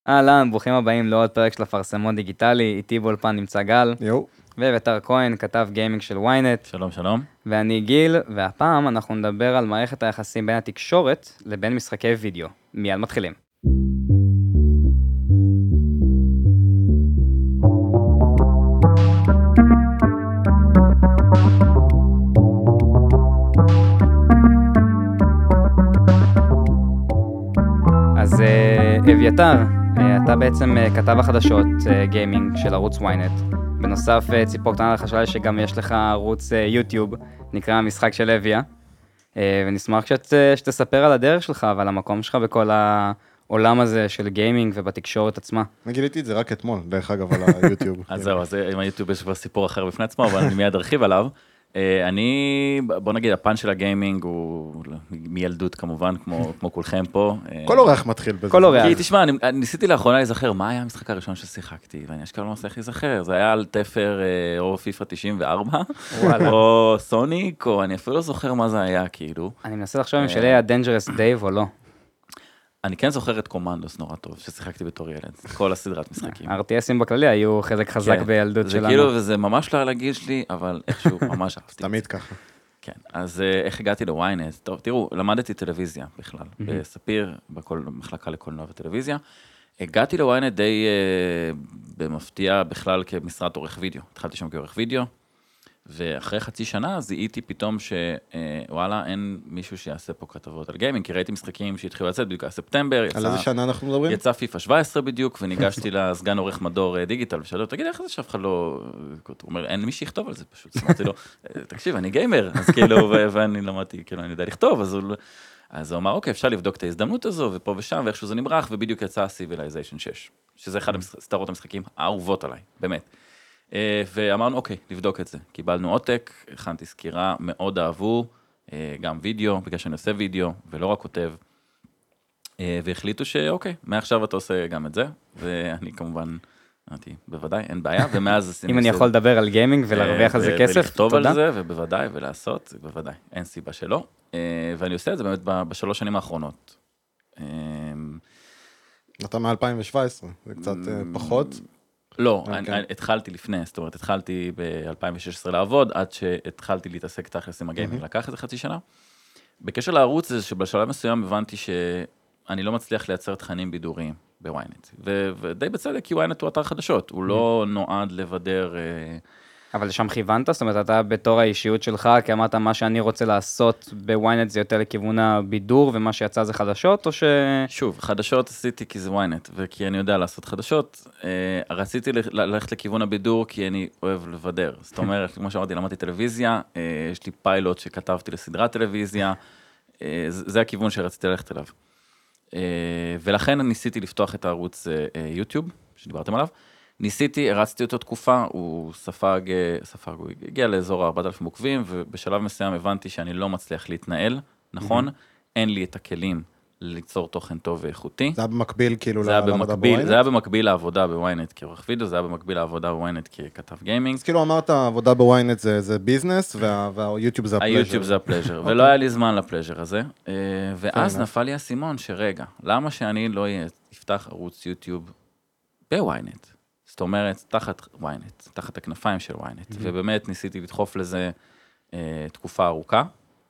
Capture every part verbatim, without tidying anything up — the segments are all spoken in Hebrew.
אהלן, ברוכים הבאים לעוד פרק של הפרסמון דיגיטלי, איתי באולפן נמצא גל. יו. ואביתר כהן, כתב גיימינג של וויינט. שלום, שלום. ואני גיל, והפעם אנחנו נדבר על מערכת היחסים בין התקשורת לבין משחקי וידאו. מיד מתחילים. אז אביתר, אתה בעצם כתב החדשות גיימינג של ערוץ וויינט. בנוסף, ציפור קטנה לך שלה שגם יש לך ערוץ יוטיוב, נקרא המשחק של אביה. ונשמח שת, שתספר על הדרך שלך ועל המקום שלך בכל העולם הזה של גיימינג ובתקשורת עצמה. אני גיליתי את זה רק אתמול, דרך אגב, על היוטיוב. אז זהו, אז עם היוטיוב יש כבר סיפור אחר בפני עצמו, אבל אני מיד ארחיב עליו. אני, בוא נגיד, הפן של הגיימינג הוא מילדות כמובן, כמו, כמו כולכם פה. כל אורח מתחיל בזה. כל אורח. כי תשמע, אני, ניסיתי לאחרונה להיזכר, מה היה המשחק הראשון ששיחקתי, ואני אשכרה לא מצליח להיזכר, זה היה על תפר או פיפה תשעים וארבע, או סוניק, או אני אפילו לא זוכר מה זה היה, כאילו. אני מנסה לחשוב אם שלי היה דנג'רס דייב או לא. אני כן זוכר את קומנדוס נורא טוב, ששיחקתי בתור ילד, כל הסדרת משחקים. אר טי אסים בכללי היו חלק חזק בילדות שלנו. זה כאילו, וזה ממש לא על הגיל שלי, אבל איכשהו ממש אהבתי. תמיד ככה. כן, אז איך הגעתי לוויינט? טוב, תראו, למדתי טלוויזיה בכלל, בספיר, במחלקה לקולנוע וטלוויזיה. הגעתי לוויינט די במפתיע בכלל כמשרת עורך וידאו. התחלתי שם כעורך וידאו, ואחרי חצי שנה זיהיתי פתאום שוואלה, אין מישהו שיעשה פה כתבות על גיימינג, כי ראיתי משחקים שהתחילו לצאת בדיוק בספטמבר. על איזה שנה אנחנו מדברים? יצא פיפה שבע עשרה בדיוק, וניגשתי לסגן עורך מדור דיגיטל, ושאלו, תגיד, איך זה שאף אחד לא... הוא אומר, אין מי שיכתוב על זה פשוט. אמרתי לו, תקשיב, אני גיימר, אז כאילו, ואני למדתי, כאילו, אני יודע לכתוב, אז הוא... אז הוא אמר, אוקיי, אפשר לבדוק את ההזדמנות הזו, ופה ושם, ואיכשהו זה נמרח, ובדיוק יצא Civilization שש, שזה אחד הסדרות המשחקים האהובות עליי, באמת. ואמרנו, אוקיי, לבדוק את זה. קיבלנו עותק, הכנתי סקירה, מאוד אהבו, גם וידאו, בגלל שאני עושה וידאו, ולא רק כותב, והחליטו שאוקיי, מעכשיו אתה עושה גם את זה, ואני כמובן, אמרתי, בוודאי, אין בעיה, ומאז... אם אני יכול לדבר על גיימינג ולהרוויח על זה כסף, תודה. ולכתוב על זה, ובוודאי, ולעשות, בוודאי, אין סיבה שלא. ואני עושה את זה באמת בשלוש שנים האחרונות. אתה מ-אלפיים שבע עשרה, זה קצת פחות. לא, התחלתי לפני, זאת אומרת, התחלתי ב-אלפיים ושש עשרה לעבוד, עד שהתחלתי להתעסק תכלס עם הגיימינג, לקח איזה חצי שנה. בקשר לערוץ זה שבשלב מסוים הבנתי שאני לא מצליח לייצר תכנים בידוריים בוויינט, ודי בצדק, כי וויינט הוא אתר חדשות, הוא לא נועד לבדר... אבל שם כיוונת? זאת אומרת, אתה בתור האישיות שלך, כי אמרת מה שאני רוצה לעשות בוויינט זה יותר לכיוון הבידור, ומה שיצא זה חדשות, או ש... שוב, חדשות עשיתי כי זה וויינט, וכי אני יודע לעשות חדשות, רציתי ללכת לכיוון הבידור, כי אני אוהב לבדר. זאת אומרת, כמו שאמרתי, למדתי טלוויזיה, יש לי פיילוט שכתבתי לסדרת טלוויזיה, זה הכיוון שרציתי ללכת אליו. ולכן ניסיתי לפתוח את הערוץ יוטיוב, שדיברתם עליו, ניסיתי, הרצתי אותו תקופה, הוא ספג, ספג, הוא הגיע לאזור ארבעת אלפים עוקבים, ובשלב מסוים הבנתי שאני לא מצליח להתנהל, נכון? אין לי את הכלים ליצור תוכן טוב ואיכותי. זה היה במקביל כאילו לעבודה בוויינט? זה היה במקביל לעבודה בוויינט כעורך וידאו, זה היה במקביל לעבודה בוויינט ככתב גיימינג. אז כאילו אמרת, עבודה בוויינט זה ביזנס, והיוטיוב זה הפלז'ר. היוטיוב זה הפלז'ר, ולא היה לי זמן לפלז'ר הזה, ואז נפל לי הסימון שרגע, למה שאני לא אפתח ערוץ יוטיוב בוויינט? זאת אומרת, תחת וויינט, תחת הכנפיים של וויינט, ובאמת ניסיתי לדחוף לזה תקופה ארוכה,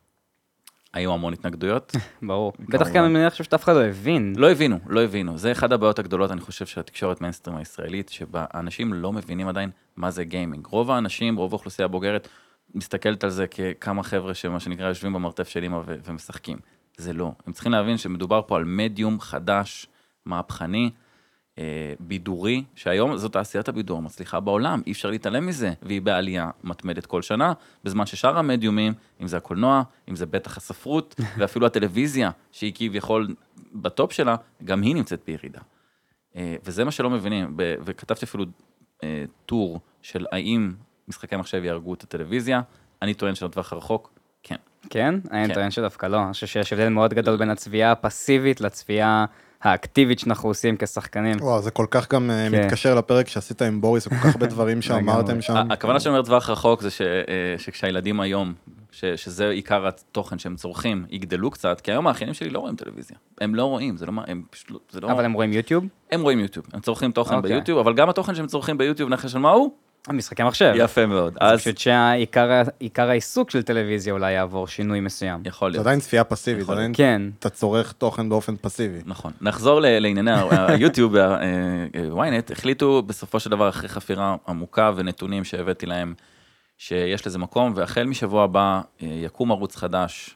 היו המון התנגדויות. ברור. בטח גם אני חושב שאף אחד לא הבין. לא הבינו, לא הבינו. זה אחד הבעיות הגדולות, אני חושב, של התקשורת מיינסטרים הישראלית, שבה האנשים לא מבינים עדיין מה זה גיימינג. רוב האנשים, רוב האוכלוסייה הבוגרת, מסתכלת על זה ככמה חבר'ה שמה שנקרא יושבים במרתף של אמא ומשחקים. זה לא. הם צריכים להבין שמדובר פה על מדיום חדש, מהפכני, בידורי, שהיום זאת תעשיית הבידור המצליחה בעולם, אי אפשר להתעלם מזה, והיא בעלייה מתמדת כל שנה, בזמן ששאר המדיומים, אם זה הקולנוע, אם זה בטח הספרות, ואפילו הטלוויזיה, שהיא כביכול בטופ שלה, גם היא נמצאת בירידה. וזה מה שלא מבינים, וכתבתי אפילו טור של האם משחקי מחשב יהרגו את הטלוויזיה, אני טוען שלטווח הרחוק, כן. כן? אני טוען שדווקא לא, אני חושב שיש הבדל מאוד גדול בין הצביעה הפסיבית לצביעה האקטיבית שאנחנו עושים כשחקנים. וואו, זה כל כך גם מתקשר לפרק שעשית עם בוריס, וכל כך הרבה דברים שאמרתם שם. הכוונה שאני אומר טווח רחוק זה שכשהילדים היום, ש, שזה עיקר התוכן שהם צורכים, יגדלו קצת, כי היום האחיינים שלי לא רואים טלוויזיה. הם לא רואים, זה לא מה, הם פשוט, זה לא... אבל הם רואים יוטיוב? הם רואים יוטיוב, הם צורכים תוכן אוקיי. ביוטיוב, אבל גם התוכן שהם צורכים ביוטיוב, נחש על מה הוא? המשחקי מחשב. יפה מאוד. אז אז פשוט שהעיקר העיסוק של טלוויזיה אולי יעבור שינוי מסוים. יכול זה להיות. עדיין צפייה פסיבית, יכול עדיין כן. אתה צורך תוכן באופן פסיבי. נכון. נחזור ל- לענייני ה- היוטיוב, וויינט, החליטו בסופו של דבר, אחרי חפירה עמוקה ונתונים שהבאתי להם, שיש לזה מקום, והחל משבוע הבא יקום ערוץ חדש,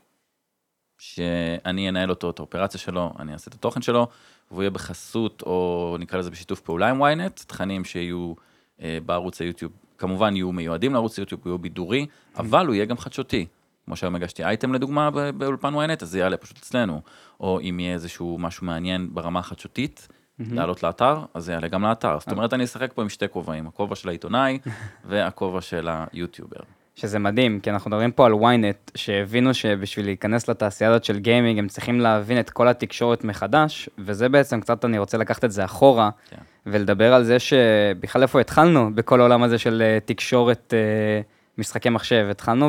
שאני אנהל אותו, את האופרציה שלו, אני אעשה את התוכן שלו, והוא יהיה בחסות, או נקרא לזה בשיתוף פעולה עם וויינט, תכנים שיהיו אה, בערוץ היוטיוב, כמובן יהיו מיועדים לערוץ היוטיוב, הוא יהיו בידורי, אבל הוא יהיה גם חדשותי. כמו שהיום הגשתי אייטם לדוגמה באולפן וויינט, אז זה יעלה פשוט אצלנו, או אם יהיה איזשהו משהו מעניין ברמה החדשותית, לעלות לאתר, אז זה יעלה גם לאתר. זאת אומרת, אני אשחק פה עם שתי כובעים, הכובע של העיתונאי והכובע של היוטיובר. שזה מדהים, כי אנחנו מדברים פה על וויינט, שהבינו שבשביל להיכנס לתעשייה הזאת של גיימינג, הם צריכים להבין את כל התקשורת מחדש, וזה בעצם קצת, אני רוצה לקחת את זה אחורה, כן. ולדבר על זה שבכלל איפה התחלנו בכל העולם הזה של תקשורת משחקי מחשב. התחלנו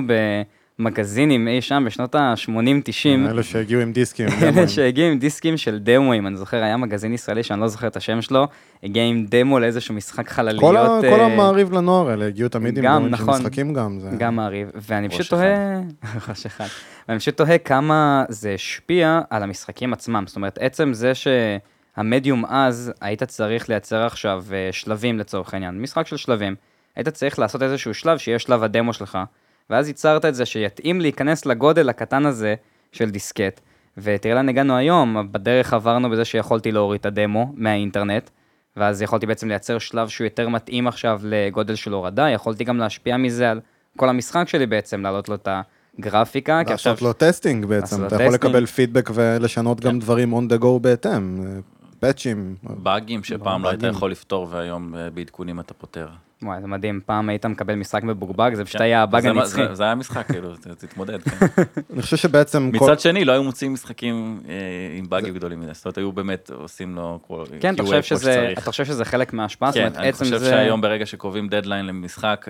במגזינים אי שם בשנות ה-שמונים תשעים. אלה שהגיעו עם דיסקים. אלה שהגיעו עם דיסקים של דמוים, אני זוכר, היה מגזין ישראלי שאני לא זוכר את השם שלו, הגיע עם דמו לאיזשהו משחק חלליות. כל המעריב לנוער האלה הגיעו תמיד עם דמוים של נכון, משחקים גם. גם מעריב, ואני פשוט ראש תוהה, ראש אחד, ואני פשוט תוהה כמה זה השפיע על המשחקים עצמם, זאת אומרת, עצם זה שהמדיום אז, היית צריך לייצר עכשיו שלבים לצורך העניין, משחק של שלבים, היית צריך לעשות איזשהו שלב שיהיה שלב הדמו שלך, ואז ייצרת את זה שיתאים להיכנס לגודל הקטן הזה של דיסקט, ותראה לאן הגענו היום, בדרך עברנו בזה שיכולתי להוריד את הדמו מהאינטרנט, ואז יכולתי בעצם לייצר שלב שהוא יותר מתאים עכשיו לגודל של הורדה, יכולתי גם להשפיע מזה על כל המשחק שלי בעצם, להעלות לו את הגרפיקה. לעשות לו טסטינג בעצם, אתה יכול לקבל פידבק ולשנות גם דברים on the go בהתאם, פאצ'ים. באגים שפעם לא היית יכול לפתור, והיום בעדכונים אתה פותר. וואי, זה מדהים, פעם היית מקבל משחק מבוגבג, זה פשוט היה הבאג הנצחי. זה היה משחק, כאילו, תתמודד. אני חושב שבעצם... מצד שני, לא היו מוצאים משחקים עם באגים גדולים מדי, זאת אומרת, היו באמת עושים לו כן, אתה חושב שזה חלק מההשפעה? כן, אני חושב שהיום ברגע שקובעים דדליין למשחק,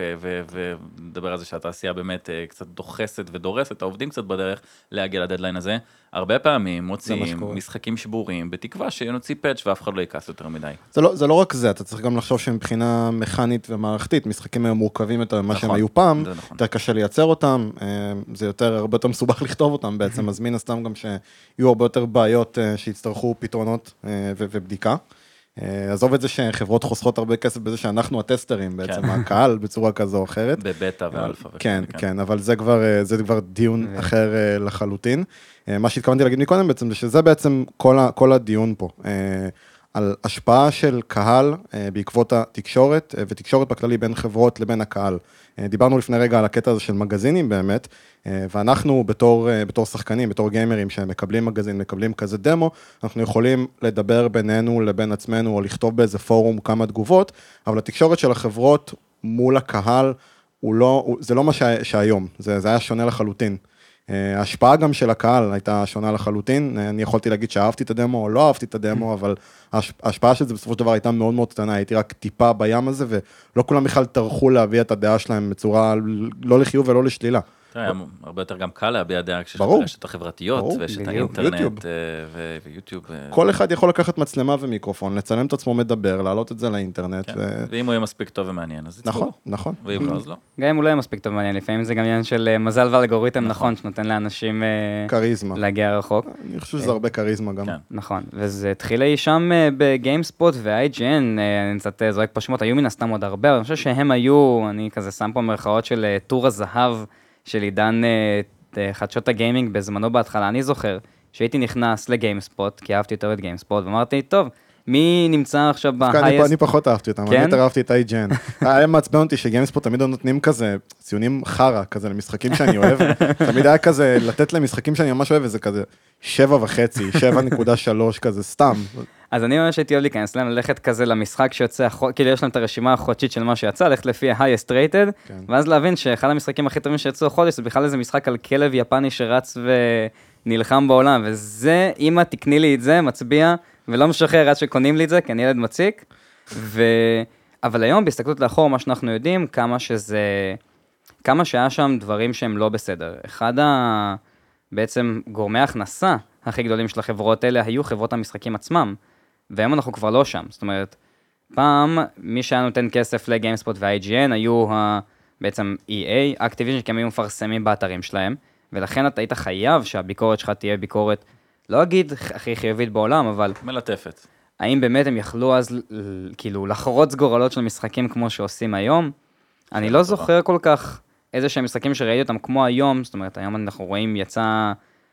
ונדבר על זה שהתעשייה באמת קצת דוחסת ודורסת, העובדים קצת בדרך להגיע לדדליין הזה, הרבה פעמים מוצאים משחקים שבורים, בתקווה שנוציא פאץ' ואף אחד לא יקס יותר מדי. זה לא רק זה, אתה צריך גם לחשוב שמבחינה מכנית ומערכתית, משחקים היום מורכבים יותר ממה שהם היו פעם, יותר קשה לייצר אותם, זה יותר, הרבה יותר מסובך לכתוב אותם בעצם, אז מן הסתם גם שיהיו הרבה יותר בעיות שיצטרכו פתרונות ובדיקה. עזוב את זה שחברות חוסכות הרבה כסף בזה שאנחנו הטסטרים בעצם, הקהל בצורה כזו או אחרת. בבטא ואלפא. כן, כן, אבל זה כבר, זה כבר דיון אחר לחלוטין. מה שהתכוונתי להגיד מקודם בעצם, זה שזה בעצם כל הדיון פה. על השפעה של קהל בעקבות התקשורת, ותקשורת בכללי בין חברות לבין הקהל. דיברנו לפני רגע על הקטע הזה של מגזינים באמת, ואנחנו בתור, בתור שחקנים, בתור גיימרים שמקבלים מגזין, מקבלים כזה דמו, אנחנו יכולים לדבר בינינו לבין עצמנו, או לכתוב באיזה פורום כמה תגובות, אבל התקשורת של החברות מול הקהל, הוא לא, זה לא מה שהיום, זה, זה היה שונה לחלוטין. ההשפעה גם של הקהל הייתה שונה לחלוטין, אני יכולתי להגיד שאהבתי את הדמו או לא אהבתי את הדמו, אבל ההשפעה של זה בסופו של דבר הייתה מאוד מאוד קטנה, הייתי רק טיפה בים הזה, ולא כולם בכלל טרחו להביא את הדעה שלהם בצורה לא לחיוב ולא לשלילה. תראה, הרבה יותר גם קל להביע דעה כשיש את הרשת החברתיות, ויש את האינטרנט ויוטיוב. כל אחד יכול לקחת מצלמה ומיקרופון, לצלם את עצמו מדבר, להעלות את זה לאינטרנט. ואם הוא יהיה מספיק טוב ומעניין, אז יצפו. נכון, נכון. ואם לא, אז לא. גם אם הוא לא יהיה מספיק טוב ומעניין, לפעמים זה גם עניין של מזל ואלגוריתם נכון, שנותן לאנשים להגיע רחוק. אני חושב שזה הרבה קריזמה גם. נכון, וזה התחיל אי שם בגיימספוט ו-איי ג'י אן, אני קצת זורק פה שמות, היו מן הסתם עוד הרבה, אבל אני חושב שהם היו, אני כזה שם פה מרכאות של טור הזהב, של עידן חדשות הגיימינג בזמנו בהתחלה, אני זוכר שהייתי נכנס לגיימספוט, כי אהבתי יותר את גיימספוט, ואמרתי, טוב, מי נמצא עכשיו בהייסט? אני פחות אהבתי אותם, אני יותר אהבתי את איי ג'י אן. היה מעצבן אותי שגיימספוט תמיד נותנים כזה, ציונים חרה, כזה למשחקים שאני אוהב, תמיד היה כזה, לתת למשחקים שאני ממש אוהב, וזה כזה שבע וחצי, שבע נקודה שלוש, כזה סתם. אז אני ממש הייתי אוהב להיכנס להם, ללכת כזה למשחק שיוצא, כאילו יש להם את הרשימה החודשית של מה שיצא, ללכת לפי ה-highest rated, ואז להבין שאחד המשחקים הכי טובים שיצאו החודש, זה בכלל איזה משחק על כלב יפני שרץ ונלחם בעולם, וזה, אמא תקני לי את זה, מצביע, ולא משחרר עד שקונים לי את זה, כי אני ילד מציק, ו... אבל היום בהסתכלות לאחור, מה שאנחנו יודעים, כמה שזה, כמה שהיה שם דברים שהם לא בסדר. אחד ה... בעצם גורמי ההכנסה הכי גדולים של החברות האלה היו חברות המשחקים עצמם, והיום אנחנו כבר לא שם. זאת אומרת, פעם מי שהיה נותן כסף לגיימספוט ו-איי ג'י אן היו ה... בעצם אי איי, Activision, כי הם היו מפרסמים באתרים שלהם, ולכן אתה היית חייב שהביקורת שלך תהיה ביקורת, לא אגיד הכי חיובית בעולם, אבל... מלטפת. האם באמת הם יכלו אז כאילו לחרוץ גורלות של משחקים כמו שעושים היום? אני לא זוכר כל כך איזה שהם משחקים שראיתי אותם כמו היום, זאת אומרת, היום אנחנו רואים יצא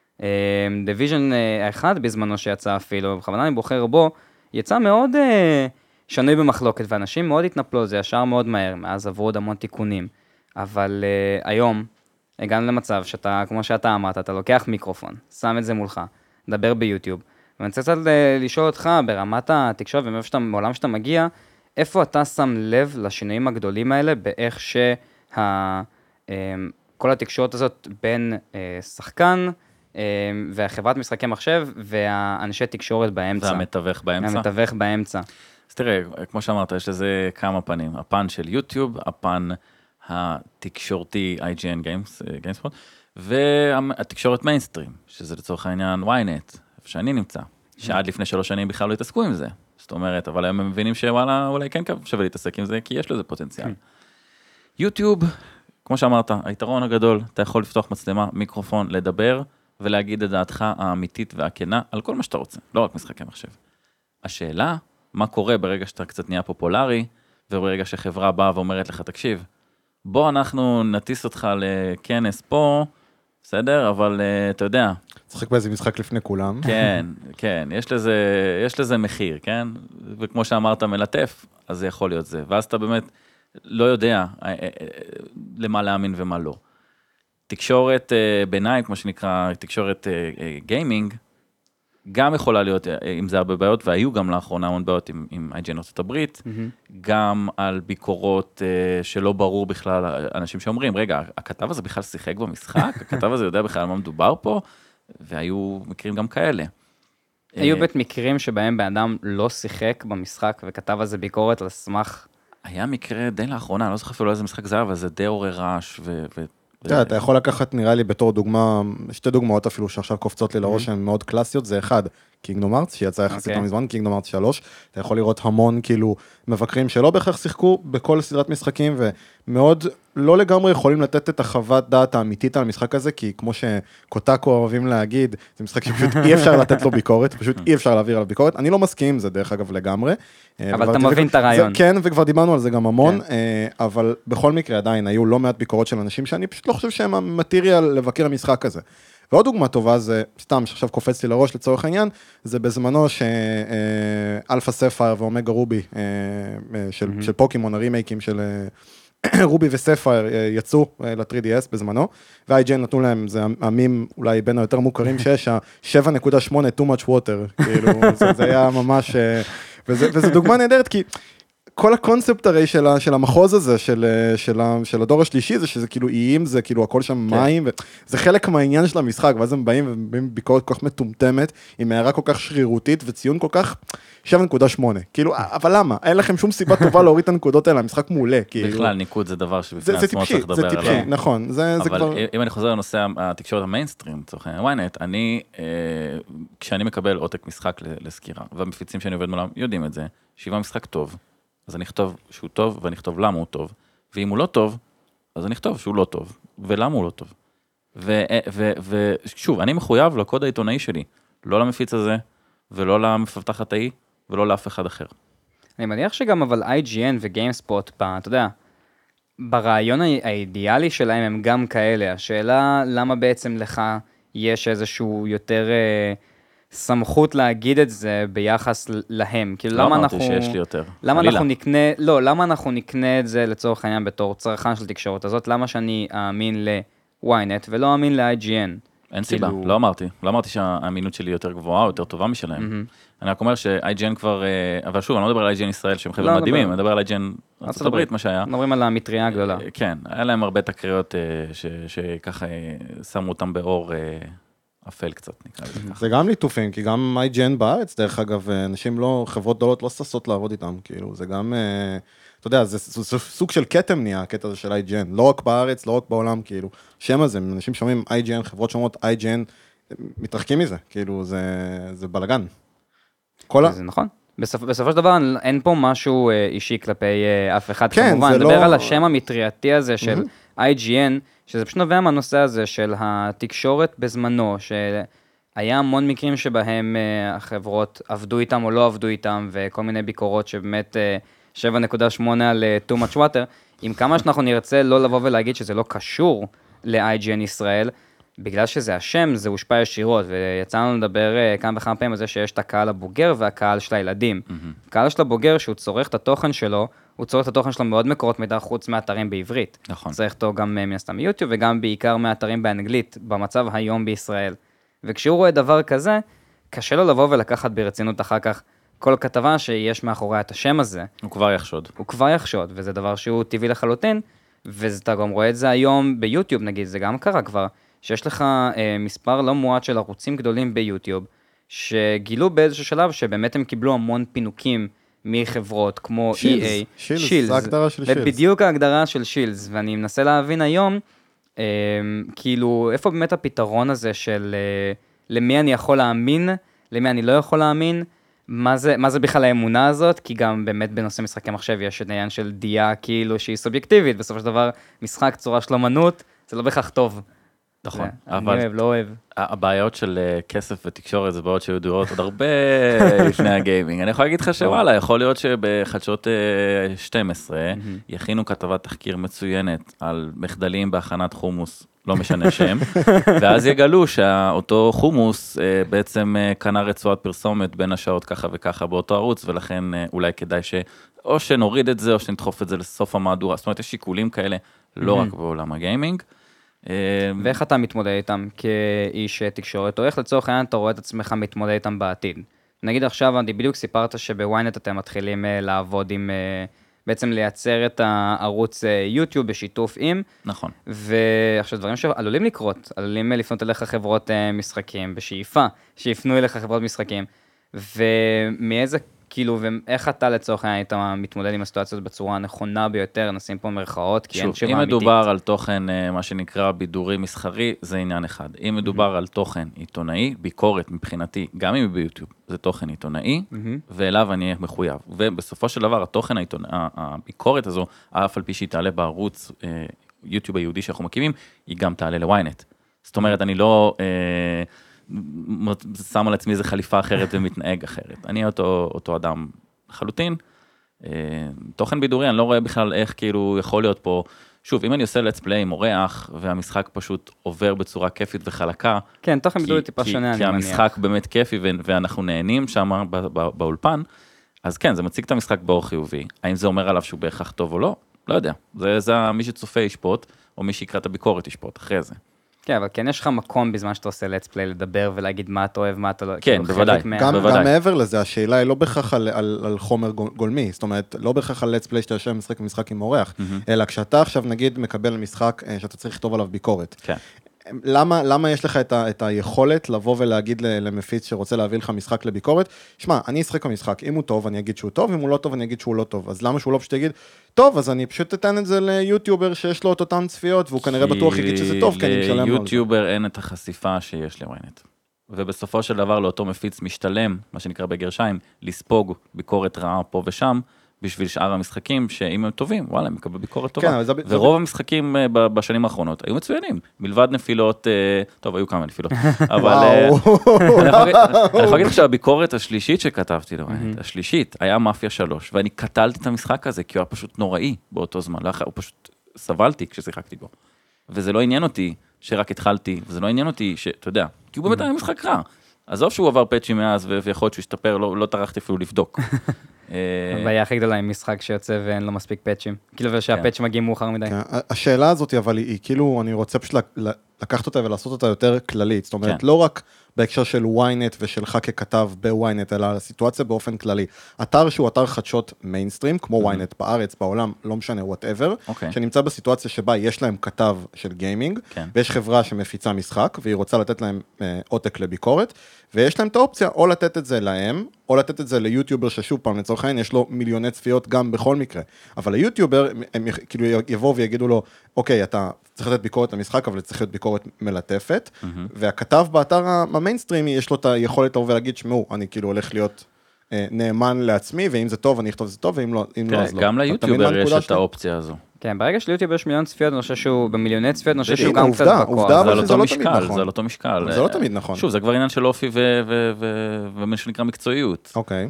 דיוויז'ן אחד בזמנו שיצא אפילו, בכוונה אני בוחר בו, יצא מאוד שנוי במחלוקת, ואנשים מאוד התנפלו, זה ישר מאוד מהר, מאז עברו עוד המון תיקונים, אבל היום הגענו למצב שאתה, כמו שאתה אמרת, אתה לוקח מיקרופון, שם את זה מולך, דבר ביוטיוב, ואני רוצה קצת לשאול אותך ברמת התקשורת, ומעולם שאתה מגיע, איפה אתה שם לב לשינויים הגדולים האלה, באיך שה... כל התקשורת הזאת בין שחקן והחברת משחקי מחשב והאנשי תקשורת באמצע. והמתווך באמצע. המתווך באמצע. אז תראה, כמו שאמרת, יש לזה כמה פנים. הפן של יוטיוב, הפן התקשורתי איי ג'י אן GameSpot, והתקשורת מיינסטרים, שזה לצורך העניין וויינט, איפה שאני נמצא, שעד לפני שלוש שנים בכלל לא התעסקו עם זה. זאת אומרת, אבל הם מבינים שוואלה, אולי כן שווה להתעסק עם זה, כי יש לזה פוטנציאל. יוטיוב, כמו שאמרת, היתרון הגדול, אתה יכול לפתוח מצלמה, מיקרופון, לדבר, ולהגיד את דעתך האמיתית והכנה על כל מה שאתה רוצה, לא רק משחקי מחשב. השאלה, מה קורה ברגע שאתה קצת נהיה פופולרי, וברגע שחברה באה ואומרת לך, תקשיב, בוא אנחנו נטיס אותך לכנס פה, בסדר, אבל uh, אתה יודע. צחק באיזה משחק לפני כולם. כן, כן, יש לזה, יש לזה מחיר, כן? וכמו שאמרת, מלטף, אז זה יכול להיות זה. ואז אתה באמת לא יודע למה להאמין ומה לא. תקשורת ביניים, כמו שנקרא, תקשורת גיימינג, גם יכולה להיות, אם זה הרבה בעיות, והיו גם לאחרונה המון בעיות עם, עם איי ג'י אן ארצות הברית, mm-hmm. גם על ביקורות uh, שלא ברור בכלל, אנשים שאומרים, רגע, הכתב הזה בכלל שיחק במשחק, הכתב הזה יודע בכלל מה מדובר פה, והיו מקרים גם כאלה. היו בית מקרים שבהם באדם לא שיחק במשחק, וכתב על זה ביקורת על סמך... היה מקרה די לאחרונה, אני לא זוכר אפילו איזה משחק זה, אבל זה די עורר רעש ו... אתה, אתה יכול לקחת, נראה לי, בתור דוגמה, שתי דוגמאות אפילו שעכשיו קופצות לי לראש, הן מאוד קלאסיות, זה אחד, קינגדום ארץ, שיצא יחסית מזמן, קינגדום ארץ שלוש, אתה יכול לראות המון, כאילו, מבקרים שלא בהכרח שיחקו בכל סדרת משחקים, ומאוד לא לגמרי יכולים לתת את החוות דעת האמיתית על המשחק הזה, כי כמו שקוטקו אוהבים להגיד, זה משחק שפשוט אי אפשר לתת לו ביקורת, פשוט אי אפשר להעביר עליו ביקורת, אני לא מסכים עם זה דרך אגב לגמרי. אבל אתה מבין את הרעיון. כן, וכבר דיברנו על זה גם המון, אבל בכל מקרה עדיין היו לא מעט ביקורות של אנשים שאני פשוט לא חושב שהם המטריאל לבקר המשחק הזה. ועוד דוגמה טובה זה, סתם שעכשיו קופץ לי לראש לצורך העניין, זה בזמנו שאלפא ספייר ואומגה רובי של פוקימון, הרימייקים של רובי וספייר יצאו ל-תרי די אס בזמנו, ו-איי ג'י אן נתנו להם, זה המים אולי בין היותר מוכרים שיש, ה-שבע נקודה שמונה too much water, כאילו, זה היה ממש, וזה דוגמה נהדרת, כי כל הקונספט הרי של, של המחוז הזה, של, של, של הדור השלישי, זה שזה כאילו איים, זה כאילו הכל שם מים, זה חלק מהעניין של המשחק, ואז הם באים ובאים ביקורת כל כך מטומטמת, עם הערה כל כך שרירותית, וציון כל כך שבע נקודה שמונה, כאילו, אבל למה? אין לכם שום סיבה טובה להוריד את הנקודות האלה, המשחק מעולה, כאילו. בכלל, ניקוד זה דבר שבפני עצמו צריך לדבר עליו. זה טיפשי, נכון, זה אבל כבר... אם אני חוזר לנושא התקשורת המיינסטרים, לצורך העניין, וויינט, אני, כשאני מקבל עותק משחק לסקירה, והמפיצים שאני עובד מולם יודעים את זה, שיבה משחק טוב, אז אני אכתוב שהוא טוב, ואני אכתוב למה הוא טוב, ואם הוא לא טוב, אז אני אכתוב שהוא לא טוב, ולמה הוא לא טוב. ושוב, אני מחויב לקוד העיתונאי שלי, לא למפיץ הזה, ולא למפתחת ההיא, ולא לאף אחד אחר. אני מניח שגם אבל איי ג'י אן וגיימספוט, אתה יודע, ברעיון האידיאלי שלהם הם גם כאלה. השאלה למה בעצם לך יש איזשהו יותר סמכות להגיד את זה ביחס להם. כאילו לא למה אמרתי אנחנו, שיש לי יותר. למה חלילה. אנחנו נקנה, לא, למה אנחנו נקנה את זה לצורך העניין בתור צרכן של תקשורת הזאת? למה שאני אאמין ל-וויינט ולא אאמין ל-איי ג'י אן? אין סיבה, לא אמרתי. לא אמרתי שהאמינות שלי יותר גבוהה או יותר טובה משלהם. אני רק אומר ש-איי ג'י אן כבר, אבל שוב, אני לא מדבר על איי ג'י אן ישראל שהם חבר'ה מדהימים, אני מדבר על איי ג'י אן ארצות הברית, מה שהיה. מדברים על המטריה הגדולה. כן, היה להם הרבה תקריות שככה שמו אותם באור אפל קצת, נקרא לזה ככה. זה גם ליטופים, כי גם איי ג'י אן בארץ, דרך אגב, אנשים לא, חברות גדולות לא ששות לעבוד איתם, כאילו, זה גם, אתה יודע, זה סוג של קטם נהיה, הקטע הזה של איי ג'י אן, לא רק בארץ, לא רק בעולם, כאילו, שם הזה, אנשים שומעים איי ג'י אן, חברות שומעות איי ג'י אן, מתרחקים מזה, כאילו, זה בלגן. זה נכון. בסופו של דבר אין פה משהו אישי כלפי אף אחד, כמובן, נדבר על השם המטרייתי הזה של איי ג'י אן, שזה פשוט נובע מהנושא הזה של התקשורת בזמנו, שהיה המון מקרים שבהם החברות עבדו איתם או לא עבדו איתם, וכל מיני ביקורות שבאמת שבע נקודה שמונה על too much water, עם כמה שאנחנו נרצה לא לבוא ולהגיד שזה לא קשור ל-איי ג'י אן ישראל, בגלל שזה השם, זה הושפע ישירות, ויצא לנו לדבר כמה וכמה פעמים על זה שיש את הקהל הבוגר והקהל של הילדים. Mm-hmm. הקהל של הבוגר, שהוא צורך את התוכן שלו, הוא צורך את התוכן שלו מאוד מקורות מידע חוץ מאתרים בעברית. נכון. צריך אותו גם מן הסתם מיוטיוב, וגם בעיקר מאתרים באנגלית, במצב היום בישראל. וכשהוא רואה דבר כזה, קשה לו לבוא ולקחת ברצינות אחר כך כל כתבה שיש מאחורי את השם הזה. הוא כבר יחשוד. הוא כבר יחשוד, וזה דבר שהוא טבעי לחלוטין, ואתה גם רואה את זה היום ביוטיוב, נגיד, זה גם קרה כבר. שיש לך אה, מספר לא מועט של ערוצים גדולים ביוטיוב, שגילו באיזשהו שלב שבאמת הם קיבלו המון פינוקים מחברות כמו שילס, אי איי. שילס, שילס, זה ההגדרה של שילס. בדיוק ההגדרה של שילס, ואני מנסה להבין היום, אה, כאילו, איפה באמת הפתרון הזה של אה, למי אני יכול להאמין, למי אני לא יכול להאמין, מה זה, מה זה בכלל האמונה הזאת, כי גם באמת בנושא משחקי מחשב יש עניין של דיה כאילו שהיא סובייקטיבית, בסופו של דבר משחק צורה של אמנות, זה לא בהכרח טוב. נכון, אני אוהב, לא אוהב. הבעיות של כסף ותקשורת זה בעיות שהיו דורות עוד הרבה לפני הגיימינג. אני יכול להגיד לך שוואלה, יכול להיות שבחדשות שתים עשרה יכינו כתבת תחקיר מצוינת על מחדלים בהכנת חומוס, לא משנה שם, ואז יגלו שאותו חומוס בעצם קנה רצועת פרסומת בין השעות ככה וככה באותו ערוץ, ולכן אולי כדאי ש... או שנוריד את זה, או שנדחוף את זה לסוף המהדורה. זאת אומרת, יש שיקולים כאלה, לא רק בעולם הגיימינג. ואיך אתה מתמודד איתם כאיש תקשורת, או איך לצורך העניין אתה רואה את עצמך מתמודד איתם בעתיד? נגיד עכשיו, אני בדיוק סיפרת שבוויינט אתם מתחילים לעבוד עם, בעצם לייצר את הערוץ יוטיוב בשיתוף עם. נכון. ועכשיו דברים שעלולים לקרות, עלולים לפנות אליך חברות משחקים, בשאיפה שיפנו אליך חברות משחקים, ומאיזה כאילו, ואיך אתה לצורך העניין היית מתמודד עם הסיטואציות בצורה הנכונה ביותר, נשים פה מרכאות, כי אין תשובה אמיתית. אם מדובר על תוכן, מה שנקרא בידורי מסחרי, זה עניין אחד. אם מדובר על תוכן עיתונאי, ביקורת מבחינתי, גם אם ביוטיוב, זה תוכן עיתונאי, ואליו אני אהיה מחויב. ובסופו של דבר, התוכן העיתונאי, הביקורת הזו, אף על פי שהיא תעלה בערוץ יוטיוב היהודי שאנחנו מקימים, היא גם תעלה לוויינט. זאת אומרת, אני לא... שם על עצמי איזו חליפה אחרת ומתנהג אחרת. אני אותו, אותו אדם לחלוטין. תוכן בידורי, אני לא רואה בכלל איך כאילו יכול להיות פה, שוב, אם אני עושה let's play עם אורח, והמשחק פשוט עובר בצורה כיפית וחלקה, כן, תוכן בידורי טיפה שונה, אני מניח. כי המשחק באמת כיפי, ואנחנו נהנים שם באולפן, אז כן, זה מציג את המשחק באור חיובי. האם זה אומר עליו שהוא בהכרח טוב או לא? לא יודע. זה, זה מי שצופה ישפוט, או מי שיקרא את הביקורת ישפוט אחרי זה. כן, אבל כן יש לך מקום בזמן שאתה עושה let's play לדבר ולהגיד מה אתה אוהב, מה אתה לא... כן, בוודאי. גם, גם מעבר לזה, השאלה היא לא בהכרח על, על, על חומר גולמי, זאת אומרת, לא בהכרח על let's play שאתה יושב משחק משחק עם אורח, mm-hmm. אלא כשאתה עכשיו נגיד מקבל משחק שאתה צריך לכתוב עליו ביקורת. כן. למה, למה יש לך את, ה, את היכולת לבוא ולהגיד למפיץ שרוצה להביא לך משחק לביקורת? שמע, אני אשחק במשחק, אם הוא טוב, אני אגיד שהוא טוב, אם הוא לא טוב, אני אגיד שהוא לא טוב. אז למה שהוא לא פשוט יגיד, טוב, אז אני פשוט אתן את זה ליוטיובר שיש לו את אותם צפיות, והוא כנראה בטוח יגיד שזה טוב, כי אני משלם לו. ליוטיובר אין את החשיפה שיש לוויינט. ובסופו של דבר לאותו מפיץ משתלם, מה שנקרא בגרשיים, לספוג ביקורת רעה פה ושם, בשביל שאר המשחקים, שאם הם טובים, וואלה, הם מקבלים ביקורת טובה. כן, ורוב זה... המשחקים בשנים האחרונות היו מצוינים. מלבד נפילות, טוב, היו כמה נפילות, אבל אני יכול להגיד לך שהביקורת השלישית שכתבתי לוויינט, השלישית, היה מאפיה שלוש, ואני קטלתי את המשחק הזה, כי הוא היה פשוט נוראי באותו זמן, הוא פשוט סבלתי כששיחקתי בו. וזה לא עניין אותי שרק התחלתי, וזה לא עניין אותי שאתה יודע, כי הוא באמת היה משחק רע. עזוב שהוא עבר פאצ'ים מאז, ויכול להיות שהוא השתפר, לא טרחתי אפילו לבדוק. הבעיה הכי גדולה עם משחק שיוצא ואין לו מספיק פאצ'ים. כאילו שהפאצ'ים מגיעים מאוחר מדי. השאלה הזאת, אבל היא כאילו, אני רוצה פשוט לקחת אותה ולעשות אותה יותר כללית. זאת אומרת, לא רק בהקשר של וויינט ושלך ככתב בוויינט, אלא הסיטואציה באופן כללי. אתר שהוא אתר חדשות מיינסטרים, כמו וויינט בארץ, בעולם, לא משנה, whatever, שנמצא בסיטואציה שבה יש להם כתב של גיימינג, ויש חברה שמפיצה משחק, והיא רוצה לתת להם עותק לביקורת, ויש להם את האופציה או לתת את זה להם, או לתת את זה ליוטיובר ששוב פעם, לצורך העניין, יש לו מיליוני צפיות גם בכל מקרה. אבל ליוטיובר, הם כאילו יבואו ויגידו לו, אוקיי, אתה צריך לתת ביקורת למשחק, אבל צריך להיות ביקורת מלטפת, והכתב באתר המיינסטרימי, יש לו את היכולת לבוא ולהגיד, שמעו, אני כאילו הולך להיות נאמן לעצמי, ואם זה טוב, אני אכתוב זה טוב, ואם לא, אז לא. גם ליוטיובר יש את האופציה הזו. כן, ברגע שליוטיובר יש מיליון צפיות, אני חושב שהוא במיליוני צפיות, אני חושב שהוא גם קצת בכוח. זה על אותו משקל, זה על אותו משקל. זה לא תמיד נכון. שוב, זה כבר עניין של אופי ומה שנקרא מקצועיות. אוקיי.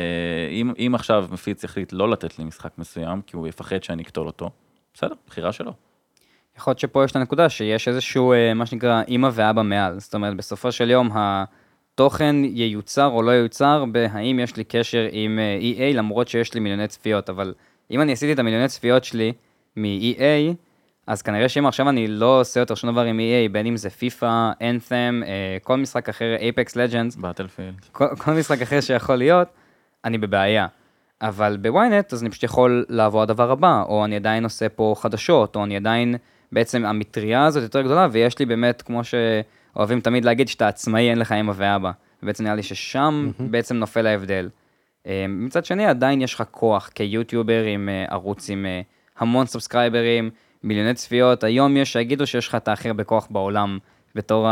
אם עכשיו מפיץ יחליט לא לתת לי משחק מסוים, כי הוא יפחד שאני אקטול אותו, בסדר, בחירה שלו. יכול להיות שפה יש את הנקודה שיש איזשהו, מה שנקרא, אמא ואבא מעל. זאת אומרת, בסופו של יום, התוכן ייוצר או לא ייוצר, בהאם יש לי קשר עם אי איי, למרות שיש לי מיליוני צפיות. אבל אם אני עשיתי את המיליוני צפיות שלי מ-אי איי, אז כנראה שאם עכשיו אני לא עושה יותר שום דבר עם אי איי, בין אם זה פיפה, אנת'ם, כל משחק אחר, אייפקס לג'נדס, באטלפילד, כל, כל משחק אחר שיכול להיות, אני בבעיה. אבל בוויינט, אז אני פשוט יכול לעבור הדבר הבא, או אני עדיין עושה פה חדשות, או אני עדיין, בעצם המטריה הזאת יותר גדולה, ויש לי באמת, כמו שאוהבים תמיד להגיד, שאתה עצמאי, אין לך אמא ואבא. ובעצם נראה לי ששם mm-hmm. בעצם נופל ההבדל. מצד שני, עדיין יש לך כוח כיוטיובר עם ערוץ עם המון סאבסקרייברים, מיליוני צפיות. היום יש שיגידו שיש לך את האחר בכוח בעולם, בתור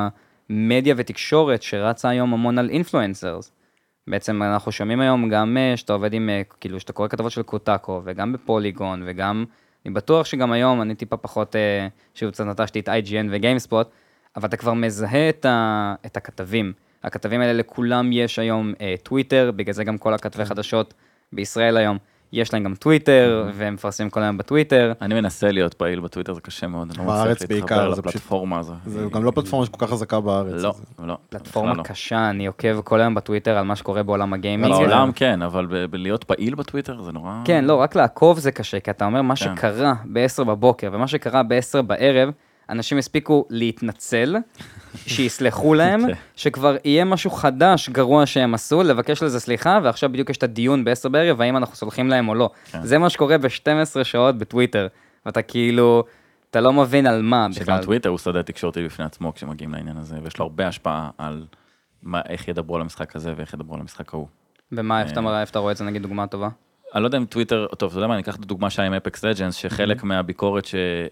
המדיה ותקשורת שרצה היום המון על אינפלואנסרס. בעצם אנחנו שומעים היום גם שאתה עובד עם, כאילו, שאתה קורא כתבות של קוטאקו, וגם בפוליגון, וגם, אני בטוח שגם היום, אני טיפה פחות, שוב קצת נטשתי את איי ג'י אן וגיימספוט, אבל אתה כבר מזהה את, ה, את הכתבים. הכתבים האלה לכולם יש היום אה, טוויטר, בגלל זה גם כל הכתבי חדשות בישראל היום, יש להם גם טוויטר, והם מפרסמים כל היום בטוויטר. אני מנסה להיות פעיל בטוויטר, זה קשה מאוד. בארץ בעיקר, זה לפלטפורמה הזו. זה גם לא פלטפורמה שכל כך חזקה בארץ. לא, לא. פלטפורמה קשה, אני עוקב כל היום בטוויטר על מה שקורה בעולם הגיימינג. בעולם כן, אבל להיות פעיל בטוויטר זה נורא... כן, לא, רק לעקוב זה קשה, כי אתה אומר מה שקרה ב-עשר בבוקר, ומה שקרה ב-עשר בערב, אנשים הספיקו להתנצל, שיסלחו להם, שכבר יהיה משהו חדש, גרוע שהם עשו, לבקש לזה סליחה, ועכשיו בדיוק יש את הדיון בעשר בערב, האם אנחנו סולחים להם או לא. זה מה שקורה ב-שתים עשרה שעות בטוויטר, ואתה כאילו, אתה לא מבין על מה בכלל. שגם טוויטר הוא שדה תקשורתי בפני עצמו, כשמגיעים לעניין הזה, ויש לו הרבה השפעה על איך ידברו על המשחק הזה, ואיך ידברו על המשחק ההוא. ומה, איפה אתה רואה את זה, נגיד, דוגמה טובה? אני לא יודע אם טוויטר, טוב, אתה יודע מה, אני אקח את הדוגמה שהיה עם אפקס לג'נדס, שחלק מהביקורת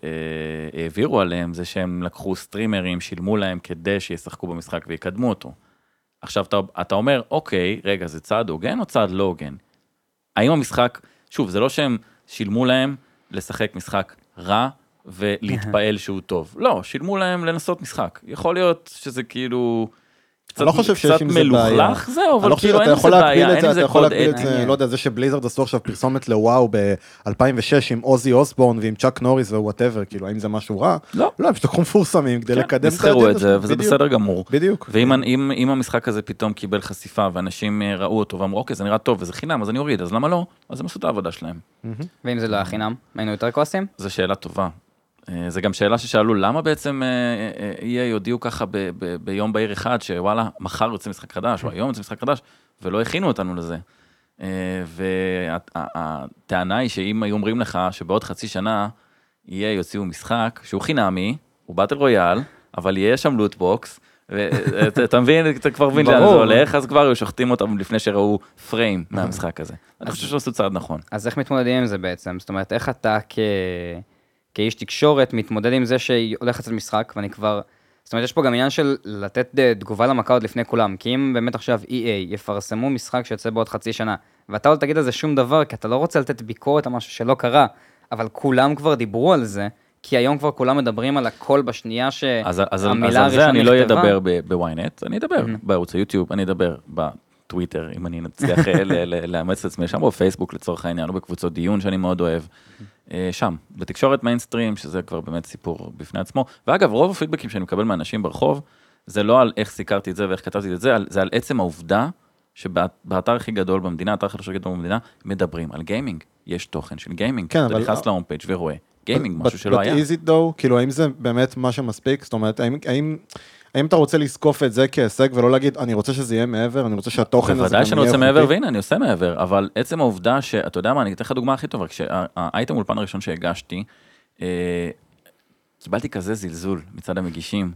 שהעבירו עליהם, זה שהם לקחו סטרימרים, שילמו להם כדי שישחקו במשחק ויקדמו אותו. עכשיו, אתה, אתה אומר, אוקיי, רגע, זה צעד הוגן או צעד לא הוגן? האם המשחק, שוב, זה לא שהם שילמו להם לשחק משחק רע, ולהתפעל שהוא טוב. לא, שילמו להם לנסות משחק. יכול להיות שזה כאילו... אני לא חושב שיש עם זה בעיה. קצת מלוכלך, זהו, אבל כאילו אין עם זה בעיה, אין עם זה קוד אתי. לא יודע, זה שבליזרד עשו עכשיו פרסומת לוואו ב-אלפיים ושש עם עוזי אוסבורן ועם צ'אק נוריס ווואטאבר, כאילו, האם זה משהו רע? לא. לא, הם שתקחו מפורסמים כדי לקדם את הזכרו את זה, וזה בסדר גמור. בדיוק. ואם המשחק הזה פתאום קיבל חשיפה, ואנשים ראו אותו ואמרו, אוקיי, זה נראה טוב, וזה חינם, אז אני אוריד, אז למה לא? אז הם עשו את העבודה שלהם. ואם זה לא היה חינם, היינו יותר כועסים? זו שאלה טובה. זה גם שאלה ששאלו, למה בעצם אי איי הודיעו ככה ב- ב- ביום בהיר אחד, שוואלה, מחר יוצא משחק חדש, או היום יוצא משחק חדש, ולא הכינו אותנו לזה. והטענה היא שאם היו אומרים לך שבעוד חצי שנה אי איי יוציאו משחק, שהוא חינמי, הוא באטל רויאל, אבל יהיה שם לוטבוקס, ואתה מבין, אתה כבר מבין לאן זה הולך, אז כבר היו שוחטים אותם לפני שראו פריים מהמשחק הזה. אני חושב שעשו צעד נכון. אז איך מתמודדים עם זה בעצם? זאת אומרת, איך אתה כ... כאיש תקשורת מתמודד עם זה שהיא הולכת לצאת משחק, ואני כבר... זאת אומרת, יש פה גם עניין של לתת תגובה למכה עוד לפני כולם, כי אם באמת עכשיו אי איי יפרסמו משחק שיוצא בעוד חצי שנה, ואתה לא תגיד על זה שום דבר, כי אתה לא רוצה לתת ביקורת על משהו שלא קרה, אבל כולם כבר דיברו על זה, כי היום כבר כולם מדברים על הכל בשנייה שהמילה הראשונה נכתבה. אז על זה אני לא אדבר בוויינט, אני אדבר בערוץ היוטיוב, אני אדבר בטוויטר, אם אני נצליח לאמץ את עצמי, שם או בפייסבוק לצורך העניין, או בקבוצות דיון שאני מאוד אוהב. שם, בתקשורת מיינסטרים, שזה כבר באמת סיפור בפני עצמו, ואגב, רוב הפידבקים שאני מקבל מאנשים ברחוב, זה לא על איך סיקרתי את זה ואיך כתבתי את זה, זה על עצם העובדה שבאתר הכי גדול במדינה, האתר הכי גדול במדינה, מדברים על גיימינג. יש תוכן של גיימינג, אתה נכנס להום פייג' ורואה, גיימינג, משהו שלא היה. But is it though? כאילו, האם זה באמת מה שמספיק? זאת אומרת, האם... האם אתה רוצה לזקוף את זה כהישג ולא להגיד, אני רוצה שזה יהיה מעבר, אני רוצה שהתוכן הזה גם יהיה בוודאי שאני רוצה מעבר, והנה, אני עושה מעבר, אבל עצם העובדה שאתה יודע מה, אני אתן לך דוגמה הכי טובה, כשהאייטם אולפן הראשון שהגשתי, קיבלתי כזה זלזול מצד המגישים,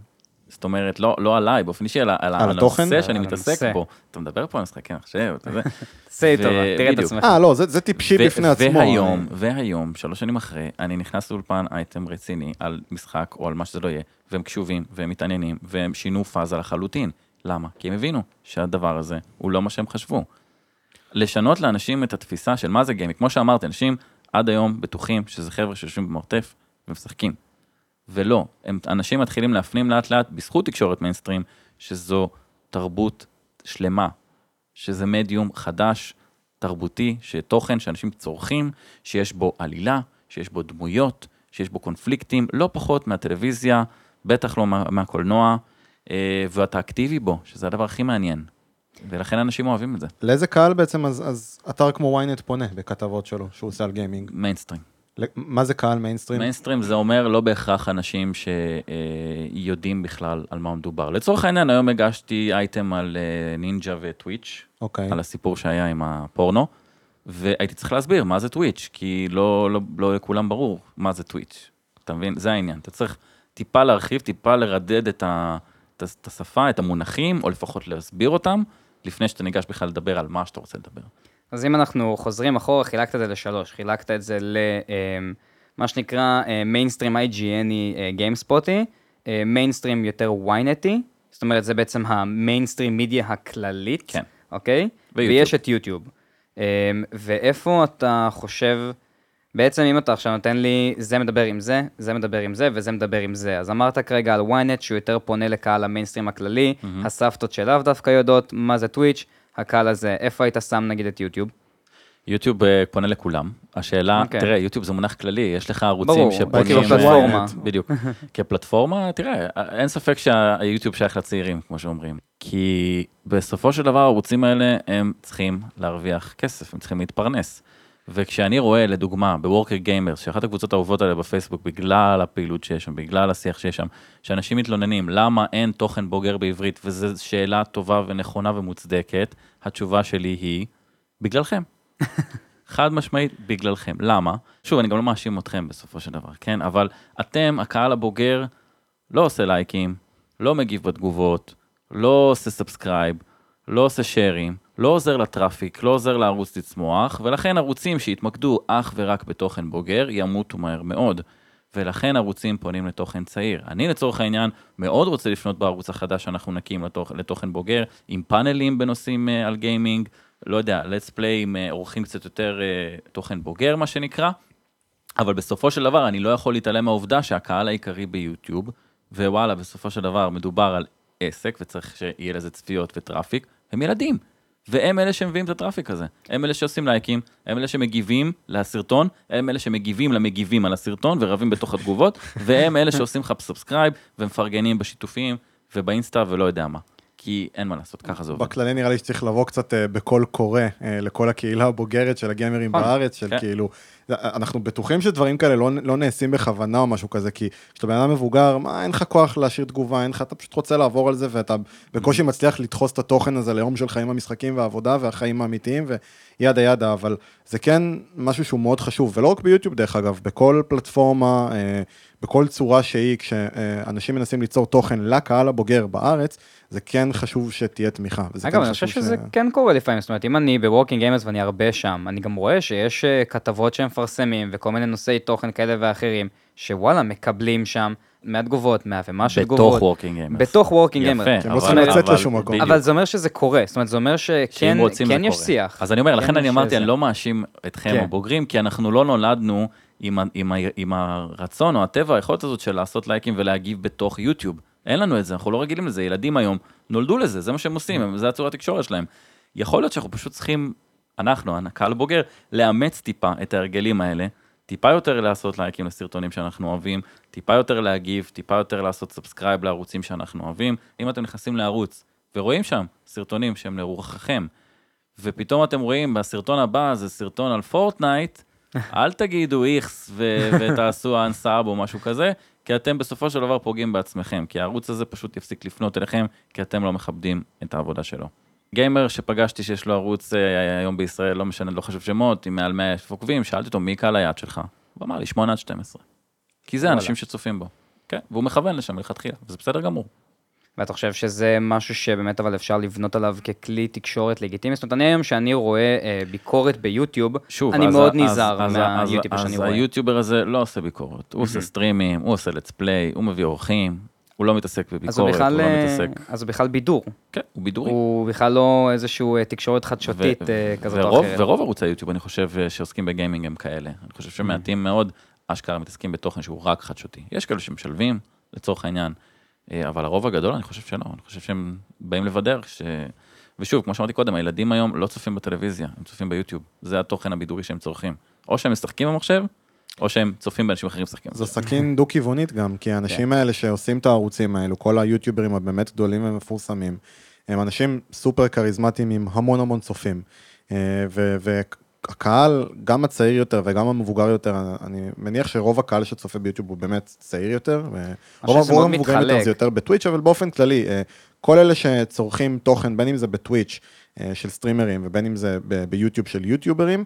זאת אומרת, לא, לא עליי, באופן אישי, על, על, על הנושא שאני מתעסק בו. אתה מדבר פה על משחקי מחשב, אתה יודע. עשה טוב, תראה את עצמך. אה, לא, זה, זה טיפשי בפני עצמו. והיום, והיום, שלוש שנים אחרי, אני נכנס לאולפן אייטם רציני על משחק, או על מה שזה לא יהיה, והם קשובים, והם מתעניינים, והם שינו פאזה לחלוטין. למה? כי הם הבינו שהדבר הזה הוא לא מה שהם חשבו. לשנות לאנשים את התפיסה של מה זה גיימינג. כמו שאמרתי, אנשים עד היום בטוחים שזה חבר'ה שיושבים במרתף ומשחקים. ולא, הם, אנשים מתחילים להפנים לאט לאט בזכות תקשורת מיינסטרים, שזו תרבות שלמה, שזה מדיום חדש, תרבותי, שתוכן שאנשים צורכים, שיש בו עלילה, שיש בו דמויות, שיש בו קונפליקטים, לא פחות מהטלוויזיה, בטח לא מה, מהקולנוע, אה, ואתה אקטיבי בו, שזה הדבר הכי מעניין. ולכן אנשים אוהבים את זה. לאיזה קהל בעצם, אז, אז אתר כמו וויינט פונה בכתבות שלו, שהוא עושה על גיימינג? מיינסטרים. מה זה קהל מיינסטרים? מיינסטרים זה אומר לא בהכרח אנשים שיודעים בכלל על מה מדובר. לצורך העניין, היום הגשתי אייטם על נינג'ה וטוויץ', אוקיי. על הסיפור שהיה עם הפורנו, והייתי צריך להסביר מה זה טוויץ', כי לא, לא, לא לכולם ברור מה זה טוויץ'. אתה מבין? זה העניין. אתה צריך טיפה להרחיב, טיפה לרדד את, ה, את השפה, את המונחים, או לפחות להסביר אותם, לפני שאתה ניגש בכלל לדבר על מה שאתה רוצה לדבר. אז אם אנחנו חוזרים אחורה, חילקת את זה לשלוש, חילקת את זה למה שנקרא מיינסטרים איי ג'י אן-y גיימספוטי, מיינסטרים יותר וויינטי, זאת אומרת זה בעצם המיינסטרים מידיה הכללית, כן. אוקיי? ויש את יוטיוב. ואיפה אתה חושב, בעצם אם אתה עכשיו נותן לי, זה מדבר עם זה, זה מדבר עם זה, וזה מדבר עם זה. אז אמרת כרגע על וויינט, שהוא יותר פונה לקהל המיינסטרים הכללי, mm-hmm. הסבתות שלאו דווקא יודעות מה זה טוויץ', הקהל הזה, איפה היית שם נגיד את יוטיוב? יוטיוב פונה לכולם. השאלה, okay. תראה, יוטיוב זה מונח כללי, יש לך ערוצים ברור, שפונים... כפלטפורמה. בדיוק. כפלטפורמה, תראה, אין ספק שהיוטיוב שייך לצעירים, כמו שאומרים. כי בסופו של דבר, הערוצים האלה, הם צריכים להרוויח כסף, הם צריכים להתפרנס. וכשאני רואה, לדוגמה, בוורקר גיימרס, שאחת הקבוצות האהובות האלה בפייסבוק, בגלל הפעילות שיש שם, בגלל השיח שיש שם, שאנשים מתלוננים, למה אין תוכן בוגר בעברית, וזו שאלה טובה ונכונה ומוצדקת, התשובה שלי היא, בגללכם. חד משמעית, בגללכם. למה? שוב, אני גם לא מאשים אתכם בסופו של דבר, כן? אבל אתם, הקהל הבוגר, לא עושה לייקים, לא מגיב בתגובות, לא עושה סאבסקרייב, לא עושה שיירים, לא עוזר לטראפיק, לא עוזר לערוץ לצמוח, ולכן ערוצים שהתמקדו אך ורק בתוכן בוגר, ימותו מהר מאוד. ולכן ערוצים פונים לתוכן צעיר. אני לצורך העניין מאוד רוצה לפנות בערוץ החדש שאנחנו נקים לתוכ... לתוכן בוגר, עם פאנלים בנושאים uh, על גיימינג, לא יודע, let's play עם uh, אורחים קצת יותר uh, תוכן בוגר, מה שנקרא, אבל בסופו של דבר אני לא יכול להתעלם מהעובדה שהקהל העיקרי ביוטיוב, ווואלה, בסופו של דבר מדובר על עסק, וצריך שיהיה לזה צפיות וטראפיק, הם ילדים. והם אלה שמביאים את הטראפיק הזה. הם אלה שעושים לייקים, הם אלה שמגיבים לסרטון, הם אלה שמגיבים למגיבים על הסרטון, ורבים בתוך התגובות, והם אלה שעושים לך סאבסקרייב, ומפרגנים בשיתופים, ובאינסטה, ולא יודע מה. כי אין מה לעשות, ככה זה עובד. בכללי נראה לי שצריך לבוא קצת בקול קורא, לכל הקהילה הבוגרת של הגיימרים בארץ, של כאילו, אנחנו בטוחים שדברים כאלה לא, לא נעשים בכוונה או משהו כזה, כי כשאתה בן אדם מבוגר, מה, אין לך כוח להשאיר תגובה, אין לך, אתה פשוט רוצה לעבור על זה, ואתה בקושי מצליח לדחוס את התוכן הזה ליום של חיים המשחקים והעבודה והחיים האמיתיים, וידה ידה, אבל זה כן משהו שהוא מאוד חשוב, ולא רק ביוטיוב דרך אגב, בכל פלטפורמה, בכל צורה שהיא, כשאנשים מנסים ליצור תוכן לקהל הבוגר בארץ, זה כן חשוב שתהיה תמיכה. אגב, אני חושב שזה כן קורה לפעמים, זאת אומרת, אם אני בוורקינג גיימרס ואני הרבה שם, אני גם רואה שיש כתבות שהם מפרסמים, וכל מיני נושאי תוכן כאלה ואחרים, שוואלה, מקבלים שם מהתגובות, מה ומה של תגובות. בתוך וורקינג גיימרס. בתוך וורקינג גיימרס. יפה. הם לא צריכים לצאת לשום מקום. אבל זה אומר שזה קורה, זאת אומרת, זה אומר שכן יש שיח. אז אני אומר, לכן אני אמרתי, אני לא מאשים אתכם הבוגרים, כי אנחנו לא נולדנו עם הרצון או הטבע, היכולת הזאת של לעשות לייקים ולהגיב בתוך יוטיוב. אין לנו את זה, אנחנו לא רגילים לזה, ילדים היום נולדו לזה, זה מה שהם עושים, זה הצורת התקשורת שלהם. יכול להיות שאנחנו פשוט צריכים, אנחנו, הקהל בוגר, לאמץ טיפה את ההרגלים האלה, טיפה יותר לעשות לייקים לסרטונים שאנחנו אוהבים, טיפה יותר להגיב, טיפה יותר לעשות סאבסקרייב לערוצים שאנחנו אוהבים. אם אתם נכנסים לערוץ ורואים שם סרטונים שהם לרוחכם, ופתאום אתם רואים בסרטון הבא, זה סרטון על פורטנייט, אל תגידו איכס ו- ותעשו אנסאב או משהו כזה, כי אתם בסופו של דבר פוגעים בעצמכם, כי הערוץ הזה פשוט יפסיק לפנות אליכם, כי אתם לא מכבדים את העבודה שלו. גיימר שפגשתי שיש לו ערוץ היום בישראל, לא משנה, לא חשוב שמות, עם מעל מאה עוקבים, שאלתי אותו, מי קהל היעד שלך? הוא אמר לי, שמונה עד שתים עשרה. כי זה אנשים שצופים בו. כן? והוא מכוון לשם, לכתחילה, וזה בסדר גמור. ואתה חושב שזה משהו שבאמת אבל אפשר לבנות עליו ככלי תקשורת לגיטימי? זאת אומרת, אני היום שאני רואה אה, ביקורת ביוטיוב, שוב, אני אז, מאוד אז, נזהר אז, מהיוטיוב אז, שאני אז רואה. היוטיובר הזה לא עושה ביקורת, הוא עושה סטרימים, הוא עושה let's play, הוא מביא אורחים, הוא לא מתעסק בביקורת, הוא, הוא לא מתעסק... אז הוא בכלל בידור. כן, הוא בידורי. הוא בכלל לא איזשהו תקשורת חדשותית ו- כזאת ורוב, או אחרת. ורוב ערוצי היוטיוב, אני חושב, שעוסקים בגיימינג הם כאלה. אני חושב שמעטים מאוד, אשכרה מתעסקים בתוכן שהוא רק חדשותי. יש כאלה שמשלבים, לצורך העניין, אבל הרוב הגדול, אני חושב שלא. אני חושב שהם באים לבדר, ש... ושוב, כמו שאמרתי קודם, הילדים היום לא צופים בטלוויזיה, הם צופים ביוטיוב. זה התוכן הבידורי שהם צורכים. או שהם משחקים במחשב, או שהם צופים באנשים אחרים משחקים. זו סכין דו-כיוונית גם, כי האנשים האלה שעושים את הערוצים האלו, כל היוטיוברים הבאמת גדולים ומפורסמים, הם אנשים סופר קריזמטיים עם המון המון צופים. והקהל, גם הצעיר יותר וגם המבוגר יותר, אני מניח שרוב הקהל שצופה ביוטיוב הוא באמת צעיר יותר, ורוב המבוגרים יותר זה יותר בטוויץ', אבל באופן כללי, כל אלה שצורכים תוכן, בין אם זה בטוויץ' של סטרימרים, ובין אם זה ביוטיוב של יוטיוברים,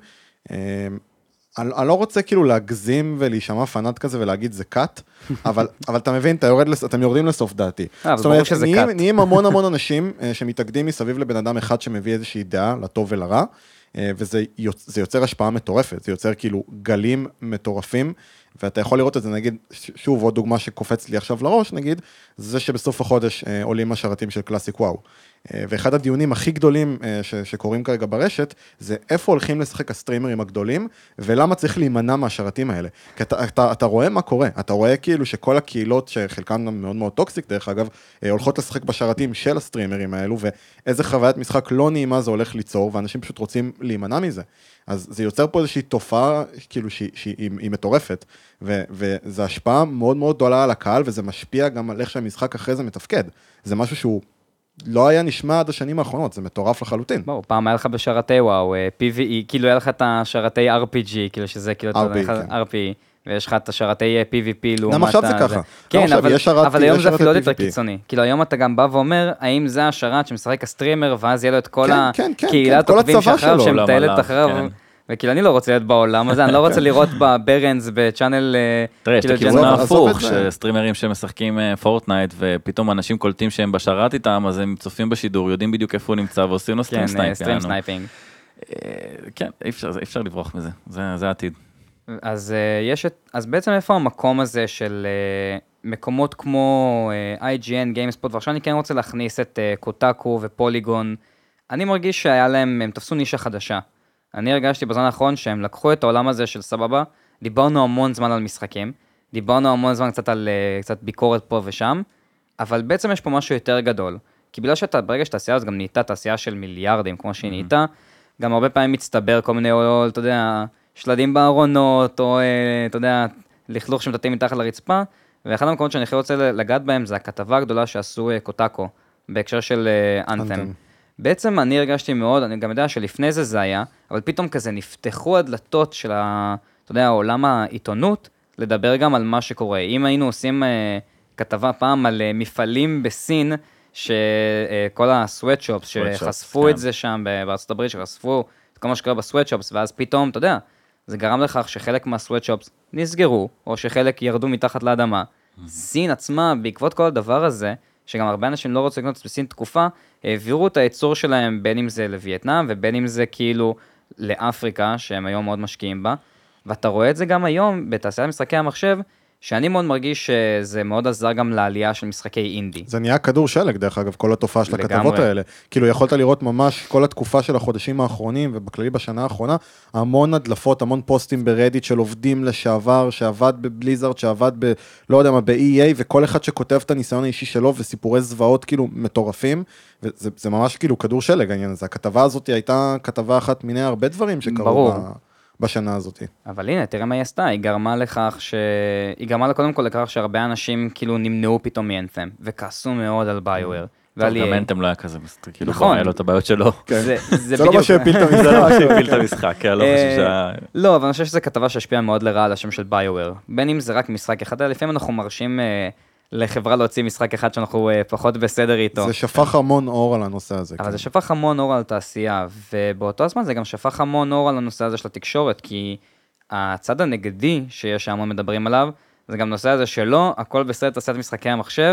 אני, אני לא רוצה כאילו להגזים ולהישמע פנאט כזה ולהגיד זה קאט, אבל, אבל אתה מבין, אתה יורד, אתם יורדים לסוף דעתי. זאת אומרת, נהיים, נהיים המון המון אנשים שמתאגדים מסביב לבן אדם אחד שמביא איזושהי דעה, לטוב ולרע, וזה זה יוצר השפעה מטורפת, זה יוצר כאילו גלים מטורפים, ואתה יכול לראות את זה, נגיד, שוב, עוד דוגמה שקופץ לי עכשיו לראש, נגיד, זה שבסוף החודש עולים השרתים של קלאסיק וואו. ואחד הדיונים הכי גדולים ש- שקורים כרגע ברשת, זה איפה הולכים לשחק הסטרימרים הגדולים, ולמה צריך להימנע מהשרתים האלה. כי אתה, אתה, אתה רואה מה קורה, אתה רואה כאילו שכל הקהילות, שחלקן מאוד מאוד טוקסיק, דרך אגב, הולכות לשחק בשרתים של הסטרימרים האלו, ואיזה חוויית משחק לא נעימה זה הולך ליצור, ואנשים פשוט רוצים להימנע מזה. אז זה יוצר פה איזושהי תופעה, כאילו, שהיא, שהיא, היא מטורפת, ו, וזו השפעה מאוד מאוד גדולה על הקהל, וזה משפיע גם על איך שהמשחק אחרי זה מתפקד. זה משהו שהוא לא היה נשמע עד השנים האחרונות, זה מטורף לחלוטין. בואו, פעם היה לך בשרתי וואו, פי וי אי, כאילו היה לך את השרתי אר פי ג'י, כאילו שזה כאילו אר פי אי, ויש לך את השרתי פי וי פי לעומת... גם עכשיו זה ככה. כן, אבל היום זה אפילו עוד יותר קיצוני. כאילו היום אתה גם בא ואומר, האם זה השרת שמשחק הסטרימר, ואז יהיה לו את כל הקהילת עוקבים שאחריו, שמטיילת אחריו, וכאילו אני לא רוצה להיות בעולם הזה, אני לא רוצה לראות בברנס, בצ'אנל... תראה, יש את הכיוון ההפוך, שסטרימרים שמשחקים פורטנייט, ופתאום אנשים קולטים שהם בשרת איתם, אז הם צופים בשידור, יודעים בדיוק איפה הוא נמצא, ועושים לו סטרים סנייפינג. כן, סטרים סנייפינג. כן, אי אפשר לברוח מזה, זה העתיד. אז יש את, אז בעצם איפה המקום הזה של מקומות כמו איי ג'י אן, גיימספוט, ועכשיו אני כן רוצה להכניס את קוטאקו ופוליגון, אני מרגיש שהיה להם, הם תפסו נישה חדשה. אני הרגשתי בזמן האחרון שהם לקחו את העולם הזה של סבבה, דיברנו המון זמן על משחקים, דיברנו המון זמן קצת על קצת ביקורת פה ושם, אבל בעצם יש פה משהו יותר גדול, כי בגלל שאתה, ברגע שתעשייה אז גם נהייתה תעשייה של מיליארדים, כמו שהיא נהייתה, גם הרבה פעמים מצטבר כל מיני, או, אתה יודע, שלדים בארונות, או, אתה יודע, לכלוך שמטאטאים מתחת לרצפה, ואחד המקומות שאני רוצה לגעת בהם, זה הכתבה הגדולה שעשו קוטאקו, בהקשר של אנת'ם. בעצם אני הרגשתי מאוד, אני גם יודע שלפני זה זה היה, אבל פתאום כזה נפתחו הדלתות של ה, אתה יודע, עולם העיתונות, לדבר גם על מה שקורה. אם היינו עושים כתבה פעם על מפעלים בסין, שכל הסוואטשופס שחשפו את זה שם בארצות הברית, שחשפו את כל מה שקורה בסוואטשופס, ואז פתאום, אתה יודע, זה גרם לכך שחלק מהסוואטשופס נסגרו, או שחלק ירדו מתחת לאדמה. סין עצמה, בעקבות כל הדבר הזה, שגם הרבה אנשים לא רוצים לקנות בסין תקופה, העבירו את הייצור שלהם בין אם זה לווייטנאם, ובין אם זה כאילו לאפריקה, שהם היום מאוד משקיעים בה, ואתה רואה את זה גם היום בתעשיית משחקי המחשב, שאני מאוד מרגיש שזה מאוד עזר גם לעלייה של משחקי אינדי. זה נהיה כדור שלג, דרך אגב, כל התופעה של הכתבות האלה. כאילו, יכולת לראות ממש כל התקופה של החודשים האחרונים, ובכללי בשנה האחרונה, המון הדלפות, המון פוסטים ברדיט של עובדים לשעבר, שעבד בבליזארד, שעבד ב, לא יודע מה, ב-אי איי, וכל אחד שכותב את הניסיון האישי שלו, וסיפורי זוועות כאילו מטורפים, וזה זה ממש כאילו כדור שלג העניין הזה. הכתבה הזאת הייתה כתבה אחת מיני הרבה דברים שקרו ב... בשנה הזאת. אבל הנה, תראה מה היא עשתה, היא גרמה לכך ש... היא גרמה לקודם כל לכך שהרבה אנשים כאילו נמנעו פתאום מאנת'ם, וכעסו מאוד על ביואר. טוב, גם אנת'ם לא היה כזה, כאילו כבר היה לו את הבעיות שלו. זה לא מה שהפיל את המשחק. זה לא מה שהפיל את המשחק, כי אני לא חושב שה... לא, אבל אני חושב שזו כתבה שהשפיעה מאוד לרעה על השם של ביואר. בין אם זה רק משחק אחד, לפעמים אנחנו מרשים לחברה להוציא משחק אחד שאנחנו פחות בסדר איתו. זה שפך המון אור על הנושא הזה. אבל זה שפך המון אור על תעשייה, ובאותו הזמן זה גם שפך המון אור על הנושא הזה של התקשורת, כי הצד הנגדי שיש שהמון מדברים עליו, זה גם נושא הזה שלא, הכל בסדר תעשיית משחקי המחשב,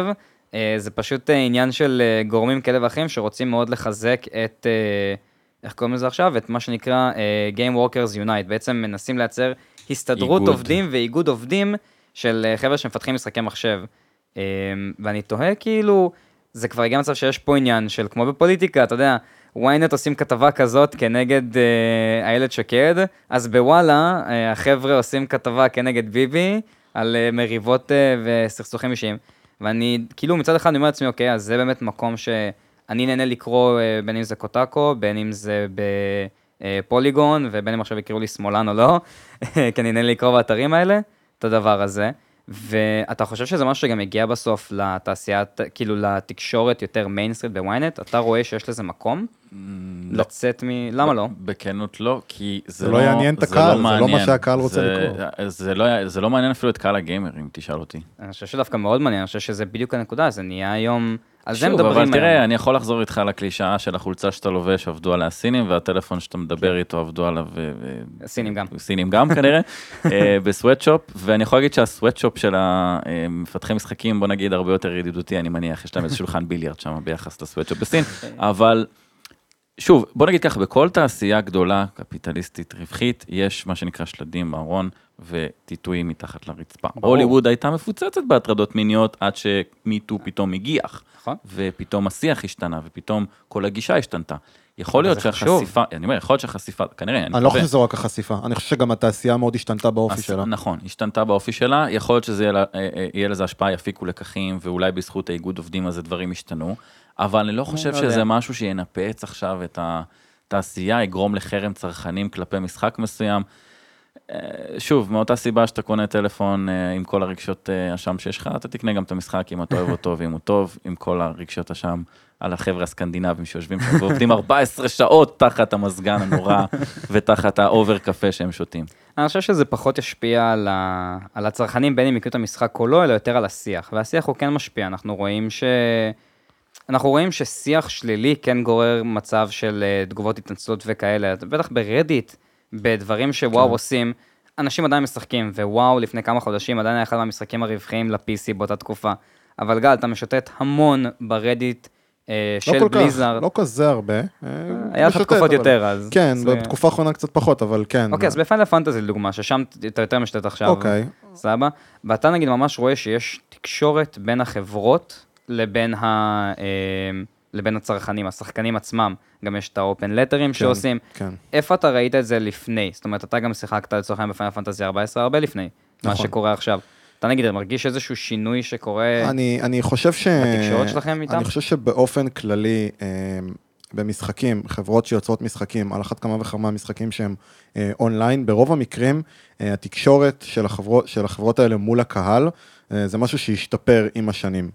זה פשוט עניין של גורמים כאלה ואחרים שרוצים מאוד לחזק את, איך קוראים לזה עכשיו? את מה שנקרא Game Workers Unite. בעצם מנסים לייצר הסתדרות איגוד. עובדים ואיגוד עובדים של חבר'ה שמפתחים משחקי מחשב. ואני תוהה כאילו, זה כבר הגיע מצב שיש פה עניין של כמו בפוליטיקה, אתה יודע, וויינט עושים כתבה כזאת כנגד איילת שקד, אז בוואלה החבר'ה עושים כתבה כנגד ביבי, על מריבות וסכסוכים אישיים. ואני, כאילו, מצד אחד אני אומר לעצמי, אוקיי, אז זה באמת מקום שאני נהנה לקרוא, בין אם זה קוטקו, בין אם זה בפוליגון, ובין אם עכשיו יקראו לי שמאלן או לא, כי אני נהנה לקרוא באתרים האלה, את הדבר הזה. ואתה חושב שזה משהו שגם הגיע בסוף לתעשיית, כאילו, לתקשורת יותר מיינסטריט בוויינט? אתה רואה שיש לזה מקום? לצאת מ... למה לא? בכנות לא, כי זה לא... זה לא יעניין את הקהל, זה לא מה שהקהל רוצה לקרוא. זה לא מעניין אפילו את קהל הגיימר, אם תשאל אותי. אני חושב שדווקא מאוד מעניין, אני חושב שזה בדיוק הנקודה, זה נהיה היום... על זה מדברים היום. אבל תראה, אני יכול לחזור איתך לקלישאה של החולצה שאתה לובש, עבדו עליה הסינים, והטלפון שאתה מדבר איתו עבדו עליו... סינים גם. סינים גם כנראה, בסוואטשופ, ואני יכול להגיד שהסוואטשופ של המפתחי משחקים, בוא נגיד, הרבה יותר ידידותי, אני מניח, יש להם איזה שולחן ביליארד שם ביחס לסוואטשופ בסין, אבל שוב, בוא נגיד ככה, בכל תעשייה גדולה, קפיטליסטית, רווחית, יש מה שנקרא שלדים בארון וטיטויים מתחת לרצפה. הוליווד הייתה מפוצצת בהטרדות מיניות עד שמיטו פתאום הגיח, ופתאום השיח השתנה, ופתאום כל הגישה השתנתה. יכול להיות שהחשיפה, אני אומר, יכול להיות שהחשיפה, כנראה, אני לא חושב שזו רק החשיפה, אני חושב שגם התעשייה מאוד השתנתה באופי שלה. נכון, השתנתה באופי שלה, יכול להיות שזה יהיה לזה השפעה, יפיקו לקחים, ואולי בזכות האיגוד עובדים הזה דברים השתנו, אבל אני לא חושב שזה משהו שינפץ עכשיו את התעשייה, יגרום לחרם צרכנים כלפי משחק מסוים. שוב, מאותה סיבה שאתה קונה טלפון עם כל הרגשות השם שיש לך, אתה תקנה גם את המשחק אם אתה אוהב אותו ואם הוא טוב, עם כל הרגשות השם על החבר'ה הסקנדינבים שיושבים שם ועובדים ארבע עשרה שעות תחת המזגן הנורא ותחת האובר קפה שהם שותים. אני חושב שזה פחות ישפיע על, ה... על הצרכנים בין אם יקנו את המשחק או לא, אלא יותר על השיח. והשיח הוא כן משפיע, אנחנו רואים ש... אנחנו רואים ששיח שלילי כן גורר מצב של תגובות התנצלות וכאלה. בטח ברדיט, בדברים שוואו עושים, אנשים עדיין משחקים, ווואו לפני כמה חודשים עדיין היה אחד מהמשחקים הרווחיים ל-פי סי באותה תקופה. אבל גל, אתה משוטט המון ברדיט של בליזארד. לא כזה הרבה. היה לך תקופות יותר אז. כן, בתקופה האחרונה קצת פחות, אבל כן. אוקיי, אז בפיינל פנטזי לדוגמה, ששם אתה יותר משתת עכשיו. אוקיי. סבא. ואתה נגיד ממש רואה שיש תקשורת בין החברות לבין ה... לבין הצרכנים, השחקנים עצמם, גם יש את האופן לטרים שעושים. כן. איפה אתה ראית את זה לפני? זאת אומרת, אתה גם שיחקת לצורך העניין בפיינל פנטזי ארבע עשרה הרבה לפני, מה שקורה עכשיו. אתה נגיד, מרגיש איזשהו שינוי שקורה אני, אני חושב ש... בתקשורת שלכם איתם? אני חושב שבאופן כללי, במשחקים, חברות שיוצרות משחקים, על אחת כמה וכמה משחקים שהם אונליין, ברוב המקרים, התקשורת של החברות, של החברות האלה מול הקהל, זה משהו שישתפר עם השנים.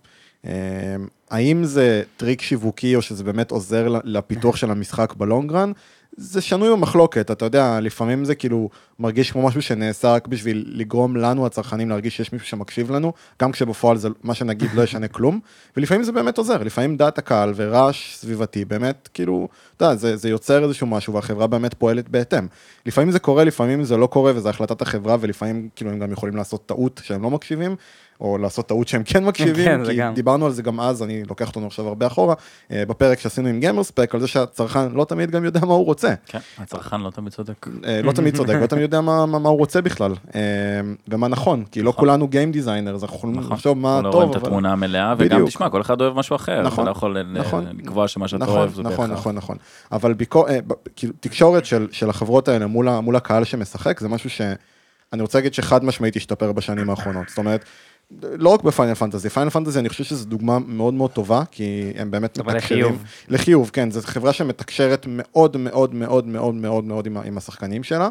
האם זה טריק שיווקי או שזה באמת עוזר לפיתוח של המשחק בלונגרן? זה שנוי במחלוקת, אתה יודע, לפעמים זה כאילו מרגיש כמו משהו שנעשה רק בשביל לגרום לנו, הצרכנים, להרגיש שיש מישהו שמקשיב לנו, גם כשבפועל זה מה שנגיד לא ישנה כלום, ולפעמים זה באמת עוזר, לפעמים דעת הקהל ורעש סביבתי, באמת כאילו, אתה יודע, זה, זה יוצר איזשהו משהו והחברה באמת פועלת בהתאם. לפעמים זה קורה, לפעמים זה לא קורה, וזה החלטת החברה, ולפעמים כאילו הם גם יכולים לעשות טעות שהם לא מקשיבים, או לעשות טעות שהם כן מקשיבים, כן, כי דיברנו על זה גם אז, אני לוקח אותנו עכשיו הרבה אחורה, בפרק שעשינו עם גיימרספק, על זה שהצרכן לא תמיד גם יודע מה הוא רוצה. כן, הצרכן לא תמיד צודק. לא תמיד צודק, לא תמיד יודע מה, מה הוא רוצה בכלל, ומה נכון, כי לא כולנו גיים דיזיינר, אז אנחנו יכולים לחשוב מה טוב. לא רואים את התמונה המלאה, וגם תשמע, כל אחד אוהב משהו אחר, אתה לא יכול לקבוע שמה שאתה אוהב זה בהכרח. נכון, נכון, נכון. אבל תקשורת של החברות האלה מול הקהל שמשחק, זה משהו שאני רוצה להגיד שחד משמעית השתפר בשנים האחרונות. זאת אומרת, לא רק בפיינל פנטזי, פיינל פנטזי אני חושב שזו דוגמה מאוד מאוד טובה, כי הם באמת מתקשרים. לחיוב, כן, זו חברה שמתקשרת מאוד מאוד מאוד מאוד מאוד מאוד עם השחקנים שלה.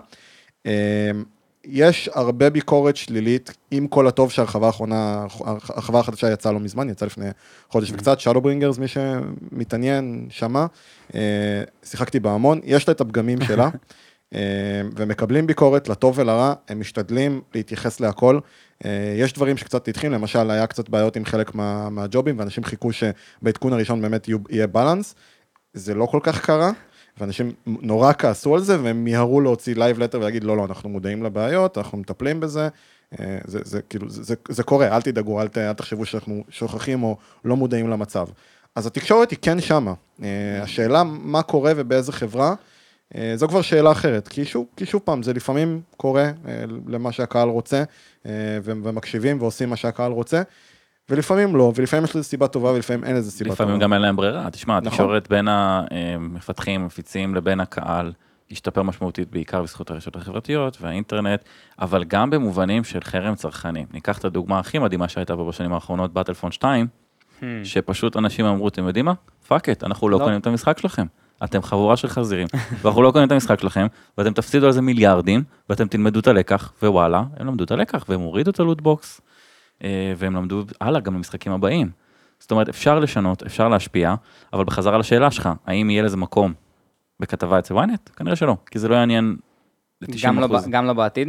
יש הרבה ביקורת שלילית, עם כל הטוב שהרחבה האחרונה, הרחבה החדשה יצאה לא מזמן, יצאה לפני חודש וקצת, Shadowbringers, מי שמתעניין, שמע, שיחקתי בהמון, יש לה את הפגמים שלה, ומקבלים ביקורת לטוב ולרע, הם משתדלים להתייחס להכל, יש דברים שקצת התחילים, למשל היה קצת בעיות עם חלק מה, מהג'ובים, ואנשים חיכו שבעדכון הראשון באמת יהיה בלנס, זה לא כל כך קרה, ואנשים נורא כעסו על זה, והם מיהרו להוציא לייב לטר ולהגיד, לא, לא, אנחנו מודעים לבעיות, אנחנו מטפלים בזה, זה, זה, כאילו, זה, זה, זה קורה, אל תדאגו, אל, אל תחשבו שאנחנו שוכחים או לא מודעים למצב. אז התקשורת היא כן שמה. השאלה מה קורה ובאיזה חברה, זו כבר שאלה אחרת, כי שוב, כי שוב פעם, זה לפעמים קורה למה שהקהל רוצה, ומקשיבים ועושים מה שהקהל רוצה, ולפעמים לא, ולפעמים יש לזה סיבה טובה, ולפעמים אין לזה סיבה טובה. לפעמים גם אין להם ברירה. תשמע, התקשורת בין המפתחים, מפיצים, לבין הקהל, השתפר משמעותית בעיקר בזכות הרשתות החברתיות והאינטרנט, אבל גם במובנים של חרם צרכנים. ניקח את הדוגמה הכי מדהימה שהייתה פה בשנים האחרונות, באטלפון שתיים, שפשוט אנשים אמרו, אתם יודעים מה? פאק את, אנחנו לא קונים את המשחק שלכם. אתם חבורה של חזירים, ואנחנו לא קונים את המשחק שלכם, ואתם תפסידו על זה מיליארדים, ואתם תלמדו את הלקח, ווואלה, הם למדו את הלקח, והם הורידו את הלוטבוקס, והם למדו הלאה גם למשחקים הבאים. זאת אומרת, אפשר לשנות, אפשר להשפיע, אבל בחזרה לשאלה שלך, האם יהיה לזה מקום בכתבה אצל וויינט? כנראה שלא, כי זה לא יעניין ל-תשעים אחוז. גם לא בעתיד?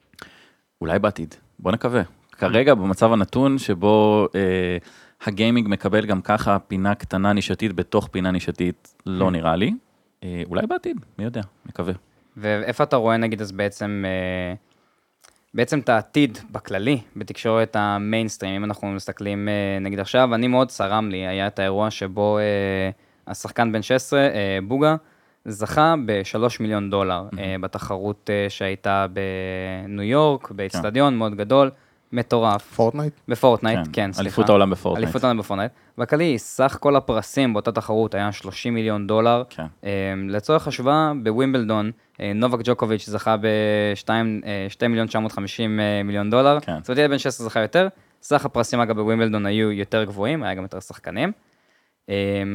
אולי בעתיד, בוא נקווה. כרגע במצב הנתון שבו אה, הגיימינג מקבל גם ככה פינה קטנה נישתית בתוך פינה נישתית, לא נראה לי. אה, אולי בעתיד, מי יודע, נקווה. ואיפה אתה רואה נגיד אז בעצם, אה, בעצם את העתיד בכללי, בתקשורת המיינסטרים, אם אנחנו מסתכלים אה, נגיד עכשיו, אני מאוד צרם לי, היה את האירוע שבו אה, השחקן בן שש עשרה, אה, בוגה, זכה בשלוש מיליון דולר mm-hmm. uh, בתחרות uh, שהייתה בניו יורק, באצטדיון כן. מאוד גדול, מטורף. פורטנייט? בפורטנייט, כן, כן סליחה. אליפות העולם בפורטנייט. אליפות העולם בפורטנייט. בכללי, סך כל הפרסים באותה תחרות היה שלושים מיליון דולר. כן. Uh, לצורך השוואה, בווימבלדון, uh, נובק ג'וקוביץ' זכה ב-שני מיליון תשע מאות וחמישים מיליון דולר. כן. זאת אומרת, ילד בן שש עשרה זכה יותר. סך הפרסים אגב בווימבלדון היו יותר גבוהים, היה גם יותר שחקנים. Um,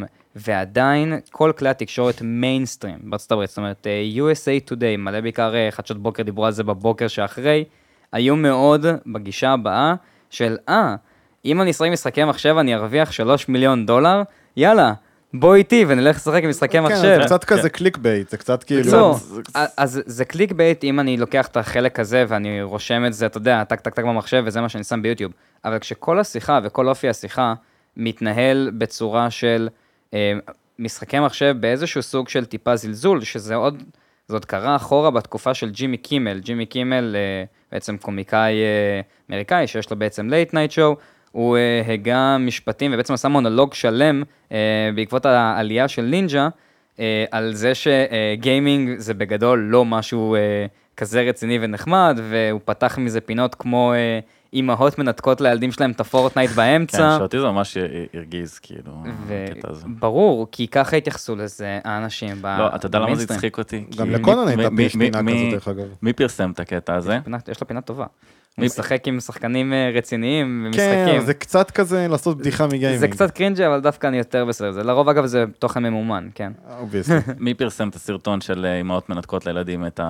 ועדיין כל כלי התקשורת מיינסטרים בארצות הברית, זאת אומרת יו אס איי Today, מלא בעיקר חדשות בוקר, דיברו על זה בבוקר שאחרי, היו מאוד בגישה הבאה של, אה, אם אני אשחק משחקי מחשב אני ארוויח שלוש מיליון דולר, יאללה, בוא איתי ונלך לשחק משחקי מחשב. כן, זה קצת כזה קליק בייט, זה קצת כאילו... לא, אז זה קליק בייט אם אני לוקח את החלק הזה ואני רושם את זה, אתה יודע, טק טק טק במחשב וזה מה שאני שם ביוטיוב, אבל כשכל השיחה וכל אופי השיחה מתנהל בצורה של אה, משחקי מחשב באיזשהו סוג של טיפה זלזול, שזה עוד, זאת קרה אחורה בתקופה של ג'ימי קימל, ג'ימי קימל אה, בעצם קומיקאי אה, אמריקאי, שיש לו בעצם לייט נייט שואו, הוא אה, הגה משפטים ובעצם עשה מונולוג שלם אה, בעקבות העלייה של נינג'ה, אה, על זה שגיימינג זה בגדול לא משהו אה, כזה רציני ונחמד, והוא פתח מזה פינות כמו... אה, אמהות מנתקות לילדים שלהם את הפורטנייט באמצע. כן, שאותי זה ממש הרגיז, כאילו, הקטע הזה. ברור, כי ככה התייחסו לזה האנשים במיינסטרים. לא, אתה יודע למה זה הצחיק אותי? גם לקונן הייתה פינה כזאת, דרך אגב. מי פרסם את הקטע הזה? יש לו פינה טובה. הוא משחק עם שחקנים רציניים ומשחקים. כן, זה קצת כזה לעשות בדיחה מגיימינג. זה קצת קרינג'י, אבל דווקא אני יותר בסדר. זה לרוב, אגב, זה תוכן ממומן, כן. מי פרסם את הסרטון של אמהות מנתקות לילדים את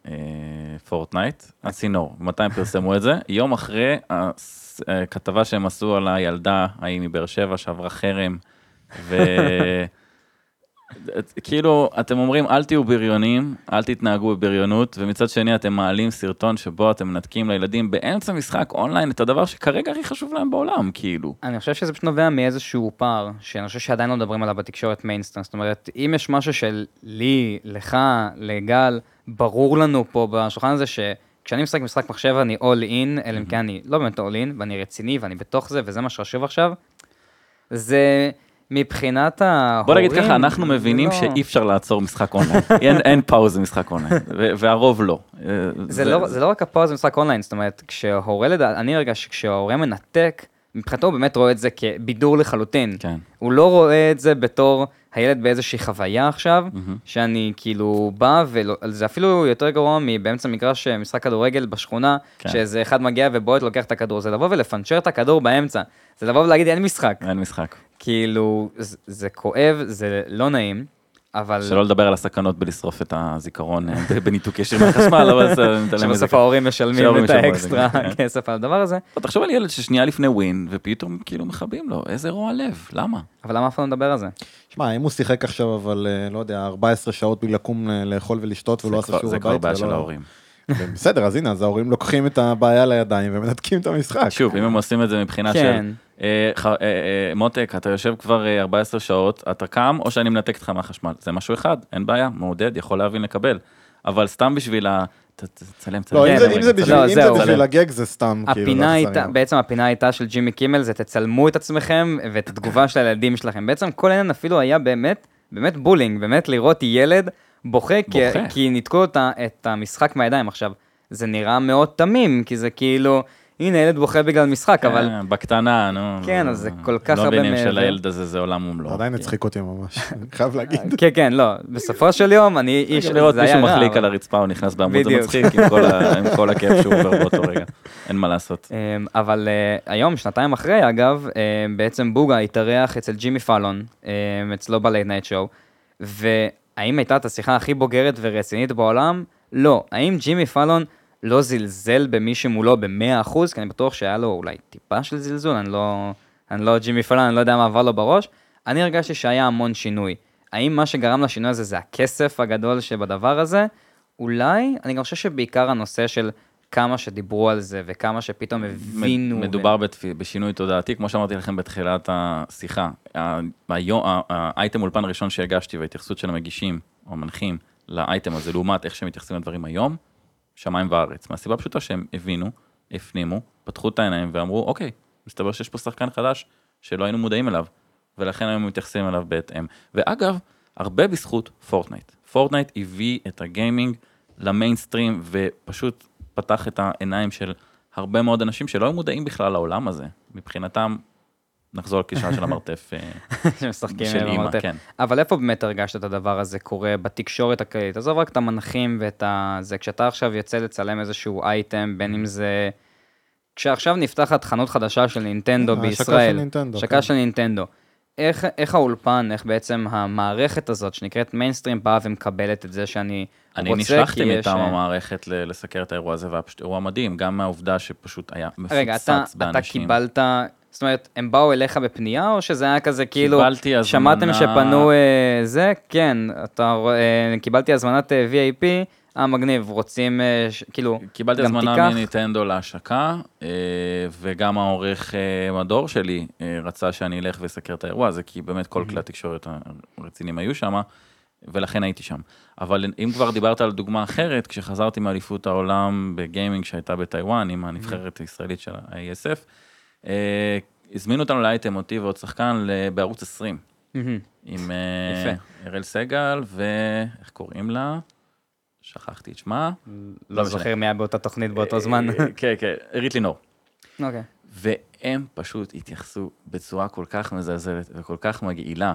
הפורטנייט? הצינור. מתי הם פרסמו את זה? יום אחרי הכתבה שהם עשו על הילדה, ההיא מבאר שבע, שעברה חרם, ו... כאילו, אתם אומרים, אל תהיו בריונים, אל תתנהגו בבריונות, ומצד שני אתם מעלים סרטון שבו אתם מנתקים לילדים באמצע משחק אונליין, את הדבר שכרגע הכי חשוב להם בעולם, כאילו. אני חושב שזה פשוט נובע מאיזשהו פער, שאני חושב שעדיין לא מדברים עליו בתקשורת מיינסטרים, זאת אומרת, אם יש משהו של לי, לך, לגל, ברור לנו פה בשולחן הזה, שכשאני משחק משחק מחשב אני all in, אלא אם כן אני לא באמת all in, ואני רציני, ואני בתוך זה, וזה מה שחשוב עכשיו, זה... מבחינת ההורים... בוא נגיד ככה, אנחנו מבינים שאי אפשר לעצור משחק אונליין. אין פאוז במשחק אונליין, והרוב לא. זה לא רק הפאוז במשחק אונליין, זאת אומרת, כשההורה לדעת, אני רגע שכשההורה מנתק, מבחינתו הוא באמת רואה את זה כבידור לחלוטין. הוא לא רואה את זה בתור הילד באיזושהי חוויה עכשיו, שאני כאילו בא, וזה אפילו יותר גרוע מבאמצע מגרש משחק כדורגל בשכונה, שאיזה אחד מגיע ובועט לוקח את הכדור, זה לבוא ולפנצ'ר את הכדור באמצע, זה לבוא ולהגיד אין משחק. אין משחק. כאילו, זה כואב, זה לא נעים, אבל... שלא לדבר על הסכנות בלשרוף את הזיכרון בניתוק ישיר מהחשמל, אבל זה... שבסוף ההורים משלמים את האקסטרה כסף על הדבר הזה. תחשוב על ילד ששנייה לפני ווין, ופתאום כאילו מכבים לו, איזה רוע לב, למה? אבל למה אף פעם נדבר על זה? שמע, אם הוא שיחק עכשיו, אבל לא יודע, ארבע עשרה שעות בלי לקום לאכול ולשתות, ולא עשה שיעור בבית. זה כבר בעיה של ההורים. בסדר, אז הנה, אז ההורים לוקחים את הבעיה לידיים ומנתקים את המשחק. שוב, אם הם עושים את זה מבחינה של... מותק, אתה יושב כבר ארבע עשרה שעות, אתה קם או שאני מנתק אותך מהחשמל? זה משהו אחד, אין בעיה, מעודד, יכול להבין לקבל. אבל סתם בשביל תצלם, צלם. לא, אם זה בשביל הגג זה סתם, הפינה הייתה, בעצם הפינה הייתה של ג'ימי קימל, זה תצלמו את עצמכם ואת התגובה של הילדים שלכם. בעצם כל העניין אפילו היה באמת, באמת בולינג, באמת לראות ילד בוכה, כי ניתקו את המשחק מהידיים. עכשיו, זה נראה מאוד תמים, כי זה כאילו, הנה, ילד בוכה בגלל משחק, אבל... בקטנה, נו. כן, אז זה כל כך הרבה... לא מבינים של הילד הזה, זה עולם ומלואו. עדיין הצחיק אותי ממש, אני חייב להגיד. כן, כן, לא. בסופו של יום, אני איש... לראות מישהו מחליק על הרצפה, הוא נכנס בעמוד, זה מצחיק עם כל הכיף שהוא עובר באותו רגע. אין מה לעשות. אבל היום, שנתיים אחרי, אגב, בעצם בוגה התארח אצל ג'ימי פאלון, אצלו בלייט נייט שואו, והאם הייתה את השיחה הכי בוגרת ורצינית בעולם? לא. האם ג'ימי פאלון לא זלזל במי שמולו ב-מאה אחוז, כי אני בטוח שהיה לו אולי טיפה של זלזול, אני לא, אני לא ג'ימי פאלון, אני לא יודע מה עבר לו בראש, אני הרגשתי שהיה המון שינוי. האם מה שגרם לשינוי הזה זה הכסף הגדול שבדבר הזה? אולי, אני גם חושב שבעיקר הנושא של כמה שדיברו על זה, וכמה שפתאום הבינו... מדובר ו... בשינוי תודעתי, כמו שאמרתי לכם בתחילת השיחה, האייטם אולפן הראשון שהגשתי, וההתייחסות של המגישים, או מנחים, לאייטם הזה, לעומת איך שהם מתייחסים לדברים היום, שמיים וארץ, מהסיבה פשוטה שהם הבינו, הפנימו, פתחו את העיניים ואמרו, אוקיי, מסתבר שיש פה שחקן חדש שלא היינו מודעים אליו, ולכן היום מתייחסים אליו בהתאם. ואגב, הרבה בזכות פורטנייט. פורטנייט הביא את הגיימינג למיינסטרים, ופשוט פתח את העיניים של הרבה מאוד אנשים שלא היו מודעים בכלל לעולם הזה. מבחינתם, נחזור לכישרון של המרתף של אימא, כן. אבל איפה באמת הרגשת את הדבר הזה קורה בתקשורת הכללית? עזוב רק את המנחים ואת זה, כשאתה עכשיו יוצא לצלם איזשהו אייטם, בין אם זה... כשעכשיו נפתחת חנות חדשה של נינטנדו בישראל, השקה של נינטנדו, איך, איך האולפן, איך בעצם המערכת הזאת שנקראת מיינסטרים באה ומקבלת את זה שאני רוצה, אני נשלחתי מטעם המערכת לסקר את האירוע הזה, והיה פשוט אירוע מדהים, גם מהעובדה שפשוט היה מפוצץ באנשים. רגע, אתה, אתה קיבלת... זאת אומרת, הם באו אליך בפנייה, או שזה היה כזה כאילו, שמעתם שפנו זה? כן, אתה, קיבלתי הזמנת וי איי פי, אה, מגניב, רוצים, כאילו, קיבלתי הזמנה מניטנדו להשקה, וגם העורך מדור שלי רצה שאני אלך ואסקר את האירוע הזה, כי באמת כל כלי התקשורת הרצינים היו שם, ולכן הייתי שם. אבל אם כבר דיברת על דוגמה אחרת, כשחזרתי מאליפות העולם בגיימינג שהייתה בטיוואן, עם הנבחרת הישראלית של ה-איי אס אף, הזמינו אותנו לאייטם אותי ועוד שחקן בערוץ עשרים, עם אראל סגל, ואיך קוראים לה? שכחתי את שמה. לא זוכר מי היה באותה תוכנית באותו זמן. כן, כן, ארית לינור. אוקיי. והם פשוט התייחסו בצורה כל כך מזלזלת וכל כך מגעילה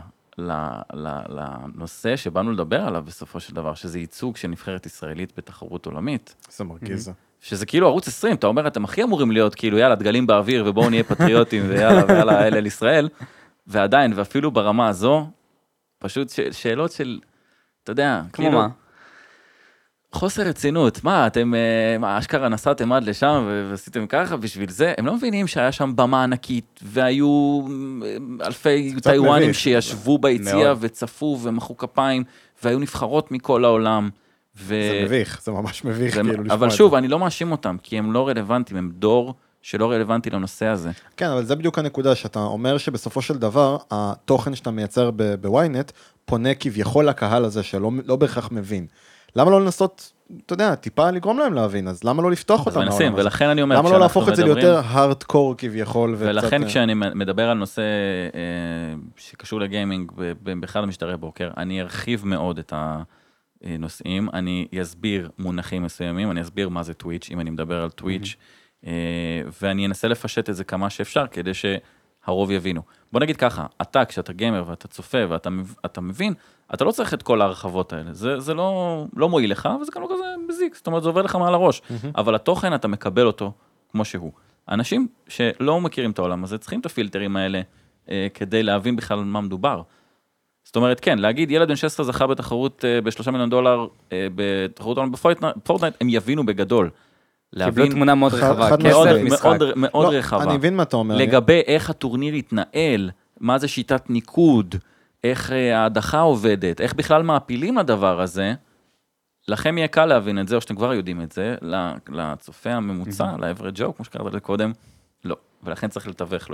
לנושא שבאנו לדבר עליו בסופו של דבר, שזה ייצוג של נבחרת ישראלית בתחרות עולמית. זה מרגיז. שזה כאילו ערוץ עשרים, אתה אומר, אתם הכי אמורים להיות, כאילו, יאללה, דגלים באוויר, ובואו נהיה פטריוטים, ויאללה, ויאללה, אלה לישראל, ועדיין, ואפילו ברמה הזו, פשוט שאלות של, אתה יודע, כמו מה? חוסר רצינות, מה, אתם, מה, אשכרה נסעתם עד לשם, ועשיתם ככה בשביל זה, הם לא מבינים שהיה שם במה ענקית, והיו אלפי טיוואנים שישבו ביציאה, וצפו ומחאו כפיים, והיו נבחרות מכל העולם, זה מביך, זה ממש מביך, כאילו לשמוע את זה. אבל שוב, אני לא מאשים אותם, כי הם לא רלוונטיים, הם דור שלא רלוונטי לנושא הזה. כן, אבל זה בדיוק הנקודה, שאתה אומר שבסופו של דבר, התוכן שאתה מייצר בוויינט, פונה כביכול לקהל הזה, שלא בהכרח מבין. למה לא לנסות, אתה יודע, טיפה לגרום להם להבין, אז למה לא לפתוח אותם לעולם הזה? ולכן אני אומר, למה לא להפוך את זה ליותר הארדקור כביכול? ולכן כשאני מדבר על נושא שקשור לגיימינג, באחד המשדרי בוקר, אני ארחיב מאוד את ה... נושאים, אני אסביר מונחים מסוימים, אני אסביר מה זה טוויץ', אם אני מדבר על טוויץ', ואני אנסה לפשט את זה כמה שאפשר, כדי שהרוב יבינו. בוא נגיד ככה, אתה, כשאתה גיימר ואתה צופה ואתה מבין, אתה לא צריך את כל ההרחבות האלה, זה, זה לא, לא מועיל לך, וזה גם לא כזה מזיק, זאת אומרת, זה עובר לך מעל הראש, אבל התוכן, אתה מקבל אותו כמו שהוא. אנשים שלא מכירים את העולם הזה, צריכים את הפילטרים האלה, כדי להבין בכלל מה מדובר. זאת אומרת, כן, להגיד, ילד בן שש עשרה זכה בתחרות בשלושה מיליון דולר, בתחרות עולם בפורטנייט, הם יבינו בגדול. קיבלו תמונה מאוד רחבה, כסף, משחק. מאוד רחבה. אני מבין מה אתה אומר. לגבי איך הטורניר יתנהל, מה זה שיטת ניקוד, איך ההדחה עובדת, איך בכלל מעפילים לדבר הזה, לכם יהיה קל להבין את זה, או שאתם כבר יודעים את זה, לצופה הממוצע, לאברד ג'ו, כמו שקראת לזה קודם, לא. ולכן צריך לתווך לו את זה.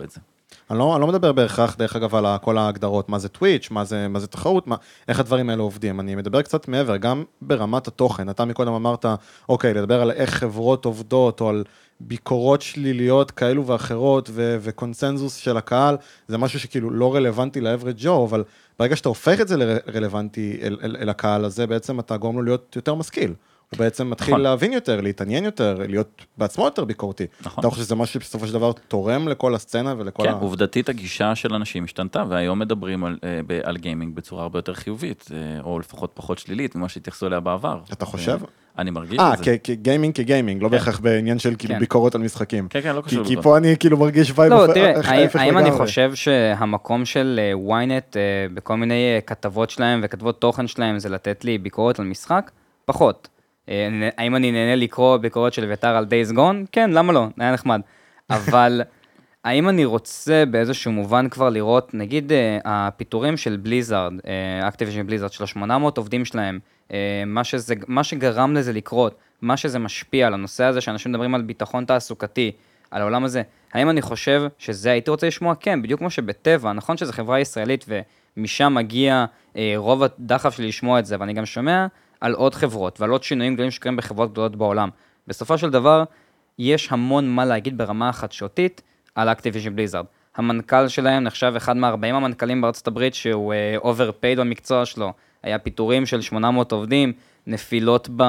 אני לא, אני לא מדבר בהכרח, דרך אגב, על כל ההגדרות, מה זה טוויץ', מה זה, מה זה תחרות, מה, איך הדברים האלה עובדים. אני מדבר קצת מעבר, גם ברמת התוכן. אתה מקודם אמרת, אוקיי, לדבר על איך חברות עובדות, או על ביקורות שליליות כאלו ואחרות, ו- וקונסנזוס של הקהל, זה משהו שכאילו לא רלוונטי לאברד ג'ו, אבל ברגע שאתה הופך את זה לרלוונטי אל, אל, אל הקהל הזה, בעצם אתה גורם לו להיות יותר משכיל. הוא בעצם מתחיל נכון. להבין יותר, להתעניין יותר, להיות בעצמו יותר ביקורתי. נכון. אתה חושב שזה משהו שבסופו של דבר תורם לכל הסצנה ולכל כן, ה... כן, עובדתית הגישה של אנשים השתנתה, והיום מדברים על, על גיימינג בצורה הרבה יותר חיובית, או לפחות פחות שלילית, ממה שהתייחסו אליה בעבר. אתה חושב? אני מרגיש את זה. אה, כגיימינג כגיימינג, לא בהכרח בעניין של ביקורות על משחקים. כן, כן, לא קשור. כי פה אני כאילו מרגיש וייב לא, תראה, האם אני חושב שהמקום של וויינט בכל מיני כתבות שלהם וכתבות תוכן שלהם זה לתת לי ביקורת על משחק? פחות. האם אני נהנה לקרוא ביקורת של אביתר על Days Gone? כן, למה לא? היה נחמד. אבל האם אני רוצה באיזשהו מובן כבר לראות, נגיד הפיתורים של בליזארד, אקטיביז'ן בליזארד, של ה-שמונה מאות עובדים שלהם, מה, שזה, מה שגרם לזה לקרות, מה שזה משפיע על הנושא הזה, שאנשים מדברים על ביטחון תעסוקתי, על העולם הזה, האם אני חושב שזה הייתי רוצה לשמוע? כן, בדיוק כמו שבטבע, נכון שזו חברה ישראלית ומשם מגיע רוב הדחף שלי לשמוע את זה, ואני גם שומע על עוד חברות ועל עוד שינויים גדולים שקרים בחברות גדולות בעולם. בסופו של דבר, יש המון מה להגיד ברמה החדשותית על אקטיביז'ן בליזארד. המנכ"ל שלהם נחשב אחד מה-ארבעים המנכ"לים בארצות הברית שהוא overpaid במקצוע שלו. היה פיטורים של שמונה מאות עובדים, נפילות ב...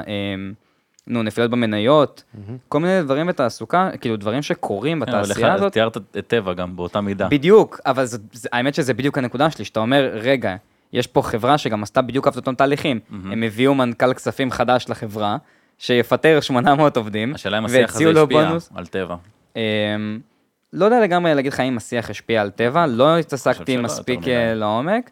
נו, נפילות במניות, כל מיני דברים בתעסוקה, כאילו דברים שקורים בתעשייה הזאת. תיארת את טבע גם באותה מידה. בדיוק, אבל האמת שזה בדיוק הנקודה שלי, שאתה אומר, רגע, יש פה חברה שגם עשתה בדיוק את אותם תהליכים. הם הביאו מנכ"ל כספים חדש לחברה, שיפטר שמונה מאות עובדים, השאלה אם השיח הזה השפיע על טבע. לא יודע לגמרי להגיד לך אם השיח השפיע על טבע, לא התעסקתי מספיק לעומק,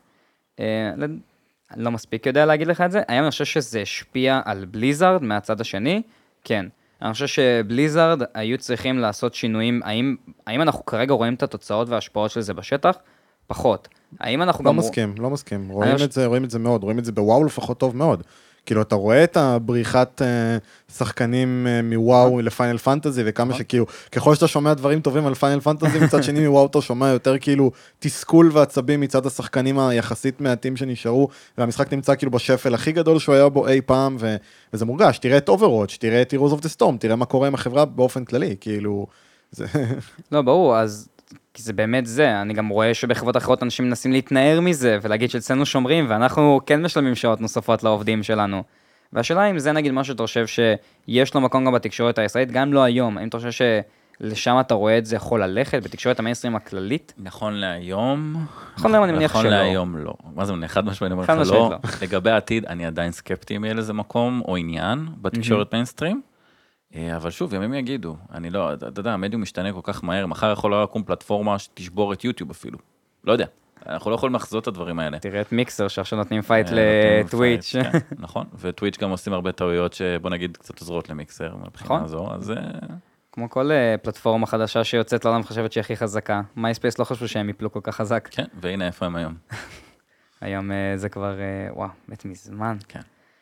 לא מספיק יודע להגיד לך את זה. היום אני חושב שזה השפיע על בליזארד מהצד השני, כן. אני חושב שבליזארד היו צריכים לעשות שינויים, האם, האם אנחנו כרגע רואים את התוצאות וההשפעות של זה בשטח? פחות. האם אנחנו לא גם... מסכים, לא מסכים. רואים את זה, רואים את זה מאוד, רואים את זה בוואו לפחות טוב מאוד. כאילו, אתה רואה את הבריחת שחקנים מוואו לפיינל פנטזי, וכמה שכאילו, ככל שאתה שומע דברים טובים על פיינל פנטזי, מצד שני מוואו אתה שומע יותר כאילו תסכול ועצבים מצד השחקנים היחסית מעטים שנשארו, והמשחק נמצא כאילו בשפל הכי גדול שהוא היה בו אי פעם, וזה מורגש. תראה את Overwatch, תראה את Heroes of the Storm, תראה מה קורה עם החברה באופן כללי, כאילו, זה... לא, ברור, אז... כי זה באמת זה, אני גם רואה שבחברות אחרות אנשים מנסים להתנער מזה, ולהגיד שאצלנו שומרים, ואנחנו כן משלמים שעות נוספות לעובדים שלנו. והשאלה אם זה נגיד משהו שאתה חושב שיש לו מקום גם בתקשורת הישראלית, גם לא היום, האם אתה חושב שלשם אתה רואה את זה יכול ללכת, בתקשורת המיינסטרים הכללית? נכון להיום, נכון להיום אני מניח שלא. נכון להיום לא. מה זה, אחד משמעית אומר לך לא, לגבי העתיד אני עדיין סקפטי אם יהיה לזה מקום או עניין בתקשורת מיינסטרים. אבל שוב, ימים יגידו, אני לא, אתה יודע, המדיום משתנה כל כך מהר, מחר יכול לקום פלטפורמה שתשבור את יוטיוב אפילו, לא יודע, אנחנו לא יכולים לחזות את הדברים האלה. תראה את מיקסר, שעכשיו נותנים פייט לטוויץ'. נכון, וטוויץ' גם עושים הרבה טעויות שבוא נגיד קצת עוזרות למיקסר, מבחינה זו, אז... כמו כל פלטפורמה חדשה שיוצאת לעולם חשבת שהיא הכי חזקה, מייספייס לא חשבו שהם יפלו כל כך חזק. כן, והנה איפה הם היום. היום זה כבר, וואו, מת מזמן. כן.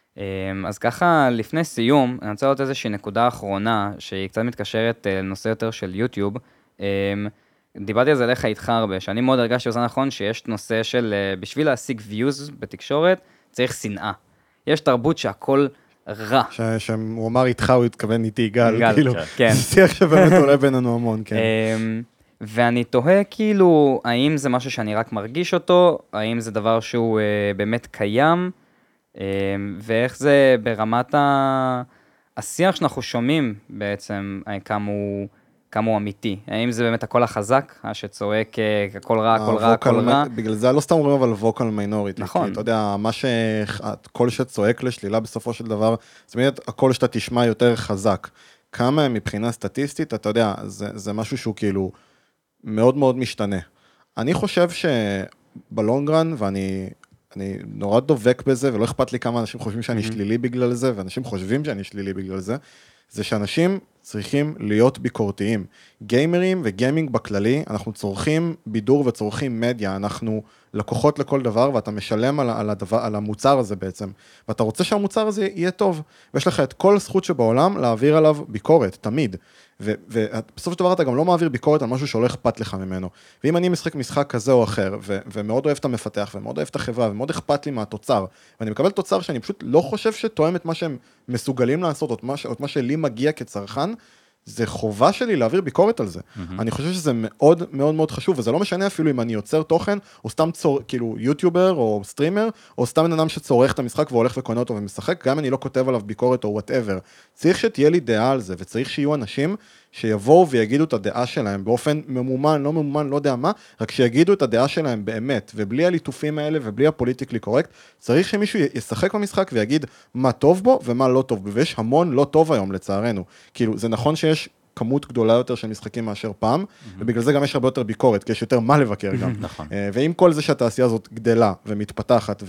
אז ככה, לפני סיום, אני רוצה לראות איזושהי נקודה אחרונה, שהיא קצת מתקשרת לנושא יותר של יוטיוב. דיברתי על זה לך איתך הרבה, שאני מאוד הרגשתי בזמן האחרון, שיש נושא של, בשביל להשיג views בתקשורת, צריך שנאה. יש תרבות שהכל רע. שהוא אמר איתך, הוא התכוון איתי גל, גל, כאילו, כן. שיח שבאמת עולה בינינו המון, כן. ואני תוהה כאילו, האם זה משהו שאני רק מרגיש אותו, האם זה דבר שהוא באמת קיים, ואיך זה ברמת השיח שאנחנו שומעים בעצם, כמה הוא, כמה הוא אמיתי. האם זה באמת הקול החזק, שצועק הכל רע, הכל רע, הכל רע. בגלל זה לא סתם אומרים אבל ווקל מיינוריטי. נכון. כי אתה יודע, מה שהקול שצועק לשלילה בסופו של דבר, זאת אומרת, הקול שאתה תשמע יותר חזק. כמה מבחינה סטטיסטית, אתה יודע, זה, זה משהו שהוא כאילו מאוד מאוד משתנה. אני חושב שבלונגרן, ואני... אני נורא דובק בזה, ולא אכפת לי כמה אנשים חושבים שאני שלילי בגלל זה, ואנשים חושבים שאני שלילי בגלל זה, זה שאנשים צריכים להיות ביקורתיים. גיימרים וגיימינג בכללי, אנחנו צורכים בידור וצורכים מדיה, אנחנו לקוחות לכל דבר, ואתה משלם על, על, הדבר, על המוצר הזה בעצם, ואתה רוצה שהמוצר הזה יהיה טוב, ויש לך את כל זכות שבעולם להעביר עליו ביקורת, תמיד. ובסוף של דבר אתה גם לא מעביר ביקורת על משהו שלא אכפת לך ממנו. ואם אני משחק משחק כזה או אחר, ו- ומאוד אוהב את המפתח, ומאוד אוהב את החברה, ומאוד אכפת לי מהתוצר, ואני מקבל תוצר שאני פשוט לא חושב שתואם את מה שהם מסוגלים לעשות, או את מה, ש- או את מה שלי מגיע כצרכן, זה חובה שלי להעביר ביקורת על זה. Mm-hmm. אני חושב שזה מאוד מאוד מאוד חשוב, וזה לא משנה אפילו אם אני יוצר תוכן, או סתם צור, כאילו יוטיובר או סטרימר, או סתם בן אדם שצורך את המשחק והולך וקונה אותו ומשחק, גם אם אני לא כותב עליו ביקורת או whatever. צריך שתהיה לי דעה על זה, וצריך שיהיו אנשים שיבואו ויגידו את הדעה שלהם באופן ממומן, לא ממומן, לא יודע מה, רק שיגידו את הדעה שלהם באמת, ובלי הליטופים האלה ובלי הפוליטיקלי קורקט, צריך שמישהו ישחק במשחק ויגיד מה טוב בו ומה לא טוב בו, ויש המון לא טוב היום לצערנו. כאילו, זה נכון שיש כמות גדולה יותר של משחקים מאשר פעם, ובגלל זה גם יש הרבה יותר ביקורת, כי יש יותר מה לבקר גם. נכון. ועם כל זה שהתעשייה הזאת גדלה ומתפתחת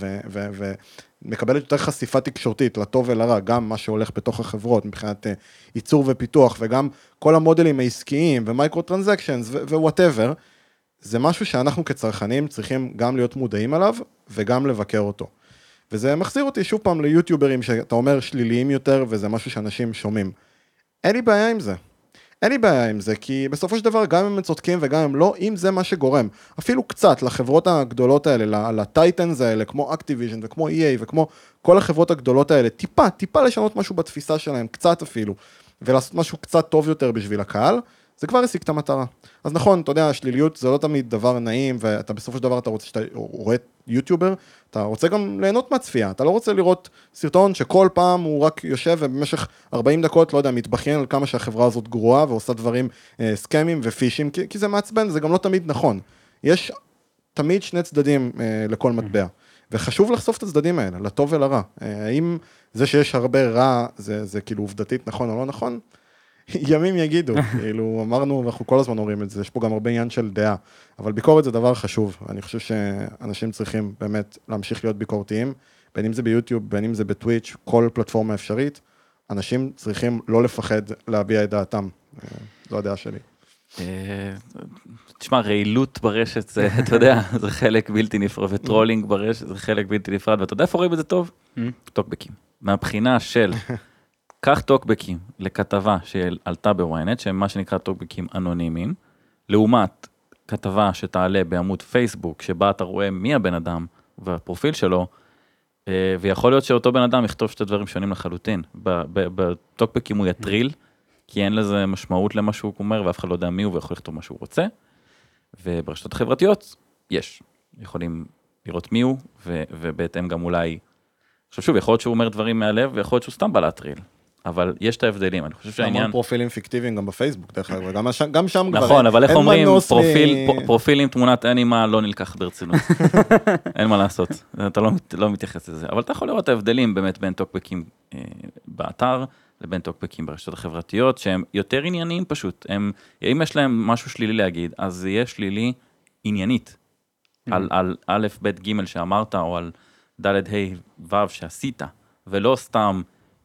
ומקבלת יותר חשיפה תקשורתית לטוב ולרע, גם מה שהולך בתוך החברות מבחינת ייצור ופיתוח, וגם כל המודלים העסקיים ומייקרו טרנזקשנס ווואטאבר, זה משהו שאנחנו כצרכנים צריכים גם להיות מודעים עליו וגם לבקר אותו. וזה מחזיר אותי שוב פעם ליוטיוברים שאתה אומר שליליים יותר, וזה משהו שאנשים שומעים. אין לי בעיה עם זה. אין לי בעיה עם זה, כי בסופו של דבר, גם אם הם צודקים וגם אם לא, אם זה מה שגורם, אפילו קצת לחברות הגדולות האלה, לטייטנס האלה, כמו אקטיביז'ן וכמו אי איי וכמו כל החברות הגדולות האלה, טיפה, טיפה לשנות משהו בתפיסה שלהם, קצת אפילו, ולעשות משהו קצת טוב יותר בשביל הקהל, זה כבר השיג את המטרה. אז נכון, אתה יודע, השליליות זה לא תמיד דבר נעים, ואתה בסופו של דבר אתה רוצה, שאתה רואה יוטיובר, אתה רוצה גם ליהנות מהצפייה, אתה לא רוצה לראות סרטון שכל פעם הוא רק יושב ובמשך ארבעים דקות, לא יודע, מתבכיין על כמה שהחברה הזאת גרועה, ועושה דברים אה, סקמים ופישים, כי, כי זה מעצבן, זה גם לא תמיד נכון. יש תמיד שני צדדים אה, לכל מטבע, וחשוב לחשוף את הצדדים האלה, לטוב ולרע. אה, האם זה שיש הרבה רע, זה, זה כאילו עובדתית נכון או לא נכון? ימים יגידו, כאילו אמרנו, אנחנו כל הזמן אומרים את זה, יש פה גם הרבה עניין של דעה, אבל ביקורת זה דבר חשוב, אני חושב שאנשים צריכים באמת להמשיך להיות ביקורתיים, בין אם זה ביוטיוב, בין אם זה בטוויץ', כל פלטפורמה אפשרית, אנשים צריכים לא לפחד להביע את דעתם, זו הדעה שלי. תשמע, רעילות ברשת זה, אתה יודע, זה חלק בלתי נפרד, וטרולינג ברשת זה חלק בלתי נפרד, ואתה יודע איפה רואים את זה טוב? טוקבקים. מהבחינה של... קח טוקבקים לכתבה שעלתה בוויינט, שהם מה שנקרא טוקבקים אנונימיים, לעומת כתבה שתעלה בעמוד פייסבוק, שבה אתה רואה מי הבן אדם והפרופיל שלו, ויכול להיות שאותו בן אדם יכתוב שתי דברים שונים לחלוטין. בטוקבקים הוא יטריל, כי אין לזה משמעות למה שהוא אומר, ואף אחד לא יודע מי הוא ויכול לכתוב מה שהוא רוצה, וברשתות החברתיות יש. יכולים לראות מי הוא, ובהתאם גם אולי, עכשיו שוב, יכול להיות שהוא אומר דברים מהלב, ויכול להיות שהוא סתם בא להטריל. אבל יש את ההבדלים, אני חושב שהעניין... המון פרופילים פיקטיביים גם בפייסבוק, דרך אגב, גם שם כבר... נכון, אבל איך אומרים, פרופיל עם תמונת אנימה לא נלקח ברצינות. אין מה לעשות, אתה לא מתייחס לזה. אבל אתה יכול לראות את ההבדלים באמת בין טוקבקים באתר, לבין טוקבקים ברשתות החברתיות, שהם יותר ענייניים פשוט. אם יש להם משהו שלילי להגיד, אז זה יהיה שלילי עניינית. על א', ב', ג' שאמרת, או על ד', ה', ו' שעשית, ולא סתם...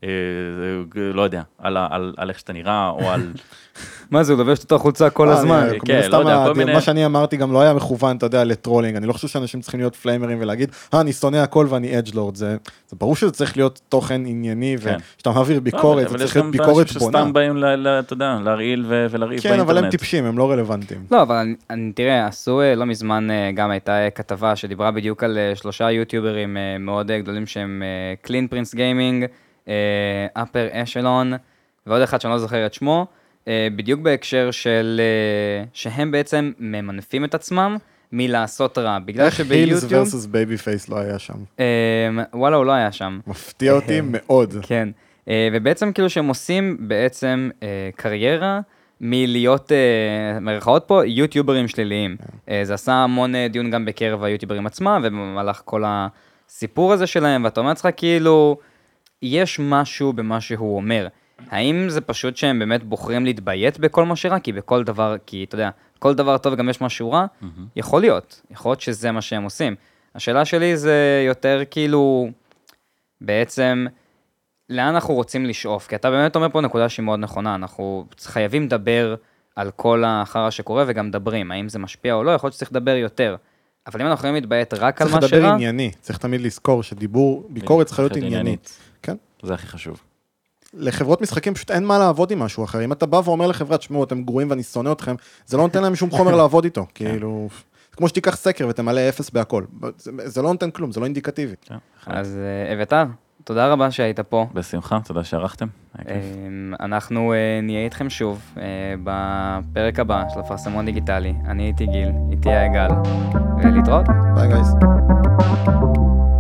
לא יודע, על איך שאתה נראה, או על... מה זה, הוא לובש את אותה חולצה כל הזמן. כן, לא יודע, כל מיני... מה שאני אמרתי גם לא היה מכוון, אתה יודע, לטרולינג. אני לא חושב שאנשים צריכים להיות פליימרים ולהגיד, אה, אני שונא הכל ואני אדג'לורד. זה ברור שזה צריך להיות תוכן ענייני, ושאתה מעביר ביקורת, זה צריך להיות ביקורת בונה. אבל יש גם אנשים שסתם באים, אתה יודע, להרעיל ולריב באינטרנט. כן, אבל הם טיפשים, הם לא רלוונטיים. לא, אבל תראה, עשו לא מזמן גם הייתה כתבה שדיברה בדיוק על שלושה יוטיוברים מאוד גדולים שהם Clean Prince Gaming, אפר אשלון, ועוד אחד שאני לא זוכר את שמו, בדיוק בהקשר של, שהם בעצם ממנפים את עצמם מלעשות רע, בגלל שביוטיוב... הילס versus בייבי פייס לא היה שם. וואלה, הוא לא היה שם. מפתיע אותי מאוד. כן, ובעצם כאילו שהם עושים בעצם קריירה מלהיות, מרכאות פה, יוטיוברים שליליים. זה עשה המון דיון גם בקרב היוטיוברים עצמם, ובמהלך כל הסיפור הזה שלהם, ואתה אומר לך כאילו... יש משהו במה שהוא אומר. האם זה פשוט שהם באמת בוחרים להתביית בכל מה שרע? כי בכל דבר, כי אתה יודע, כל דבר טוב גם יש משהו רע? Mm-hmm. יכול להיות. יכול להיות שזה מה שהם עושים. השאלה שלי זה יותר כאילו, בעצם, לאן אנחנו רוצים לשאוף? כי אתה באמת אומר פה נקודה שהיא מאוד נכונה, אנחנו חייבים לדבר על כל החרא שקורה וגם מדברים, האם זה משפיע או לא, יכול להיות שצריך לדבר יותר. אבל אם אנחנו יכולים להתבעט רק על מה צריך לדבר שרע... ענייני, צריך תמיד לזכור שדיבור, ביקורת צריכה להיות עניינית. כן? זה הכי חשוב. לחברות משחקים פשוט אין מה לעבוד עם משהו אחר. אם אתה בא ואומר לחברת, שמעו, אתם גרועים ואני שונא אתכם, זה לא נותן להם שום חומר לעבוד איתו. כאילו, כמו שתיקח סקר ותמלא אפס בהכל. זה לא נותן כלום, זה לא אינדיקטיבי. אז אביתר, תודה רבה שהיית פה. בשמחה, תודה שערכתם. אנחנו נהיה איתכם שוב בפרק הבא של הפרסמון דיגיטלי. אני הייתי גיל, איתי היה גל, ולהתראות. ביי גייס.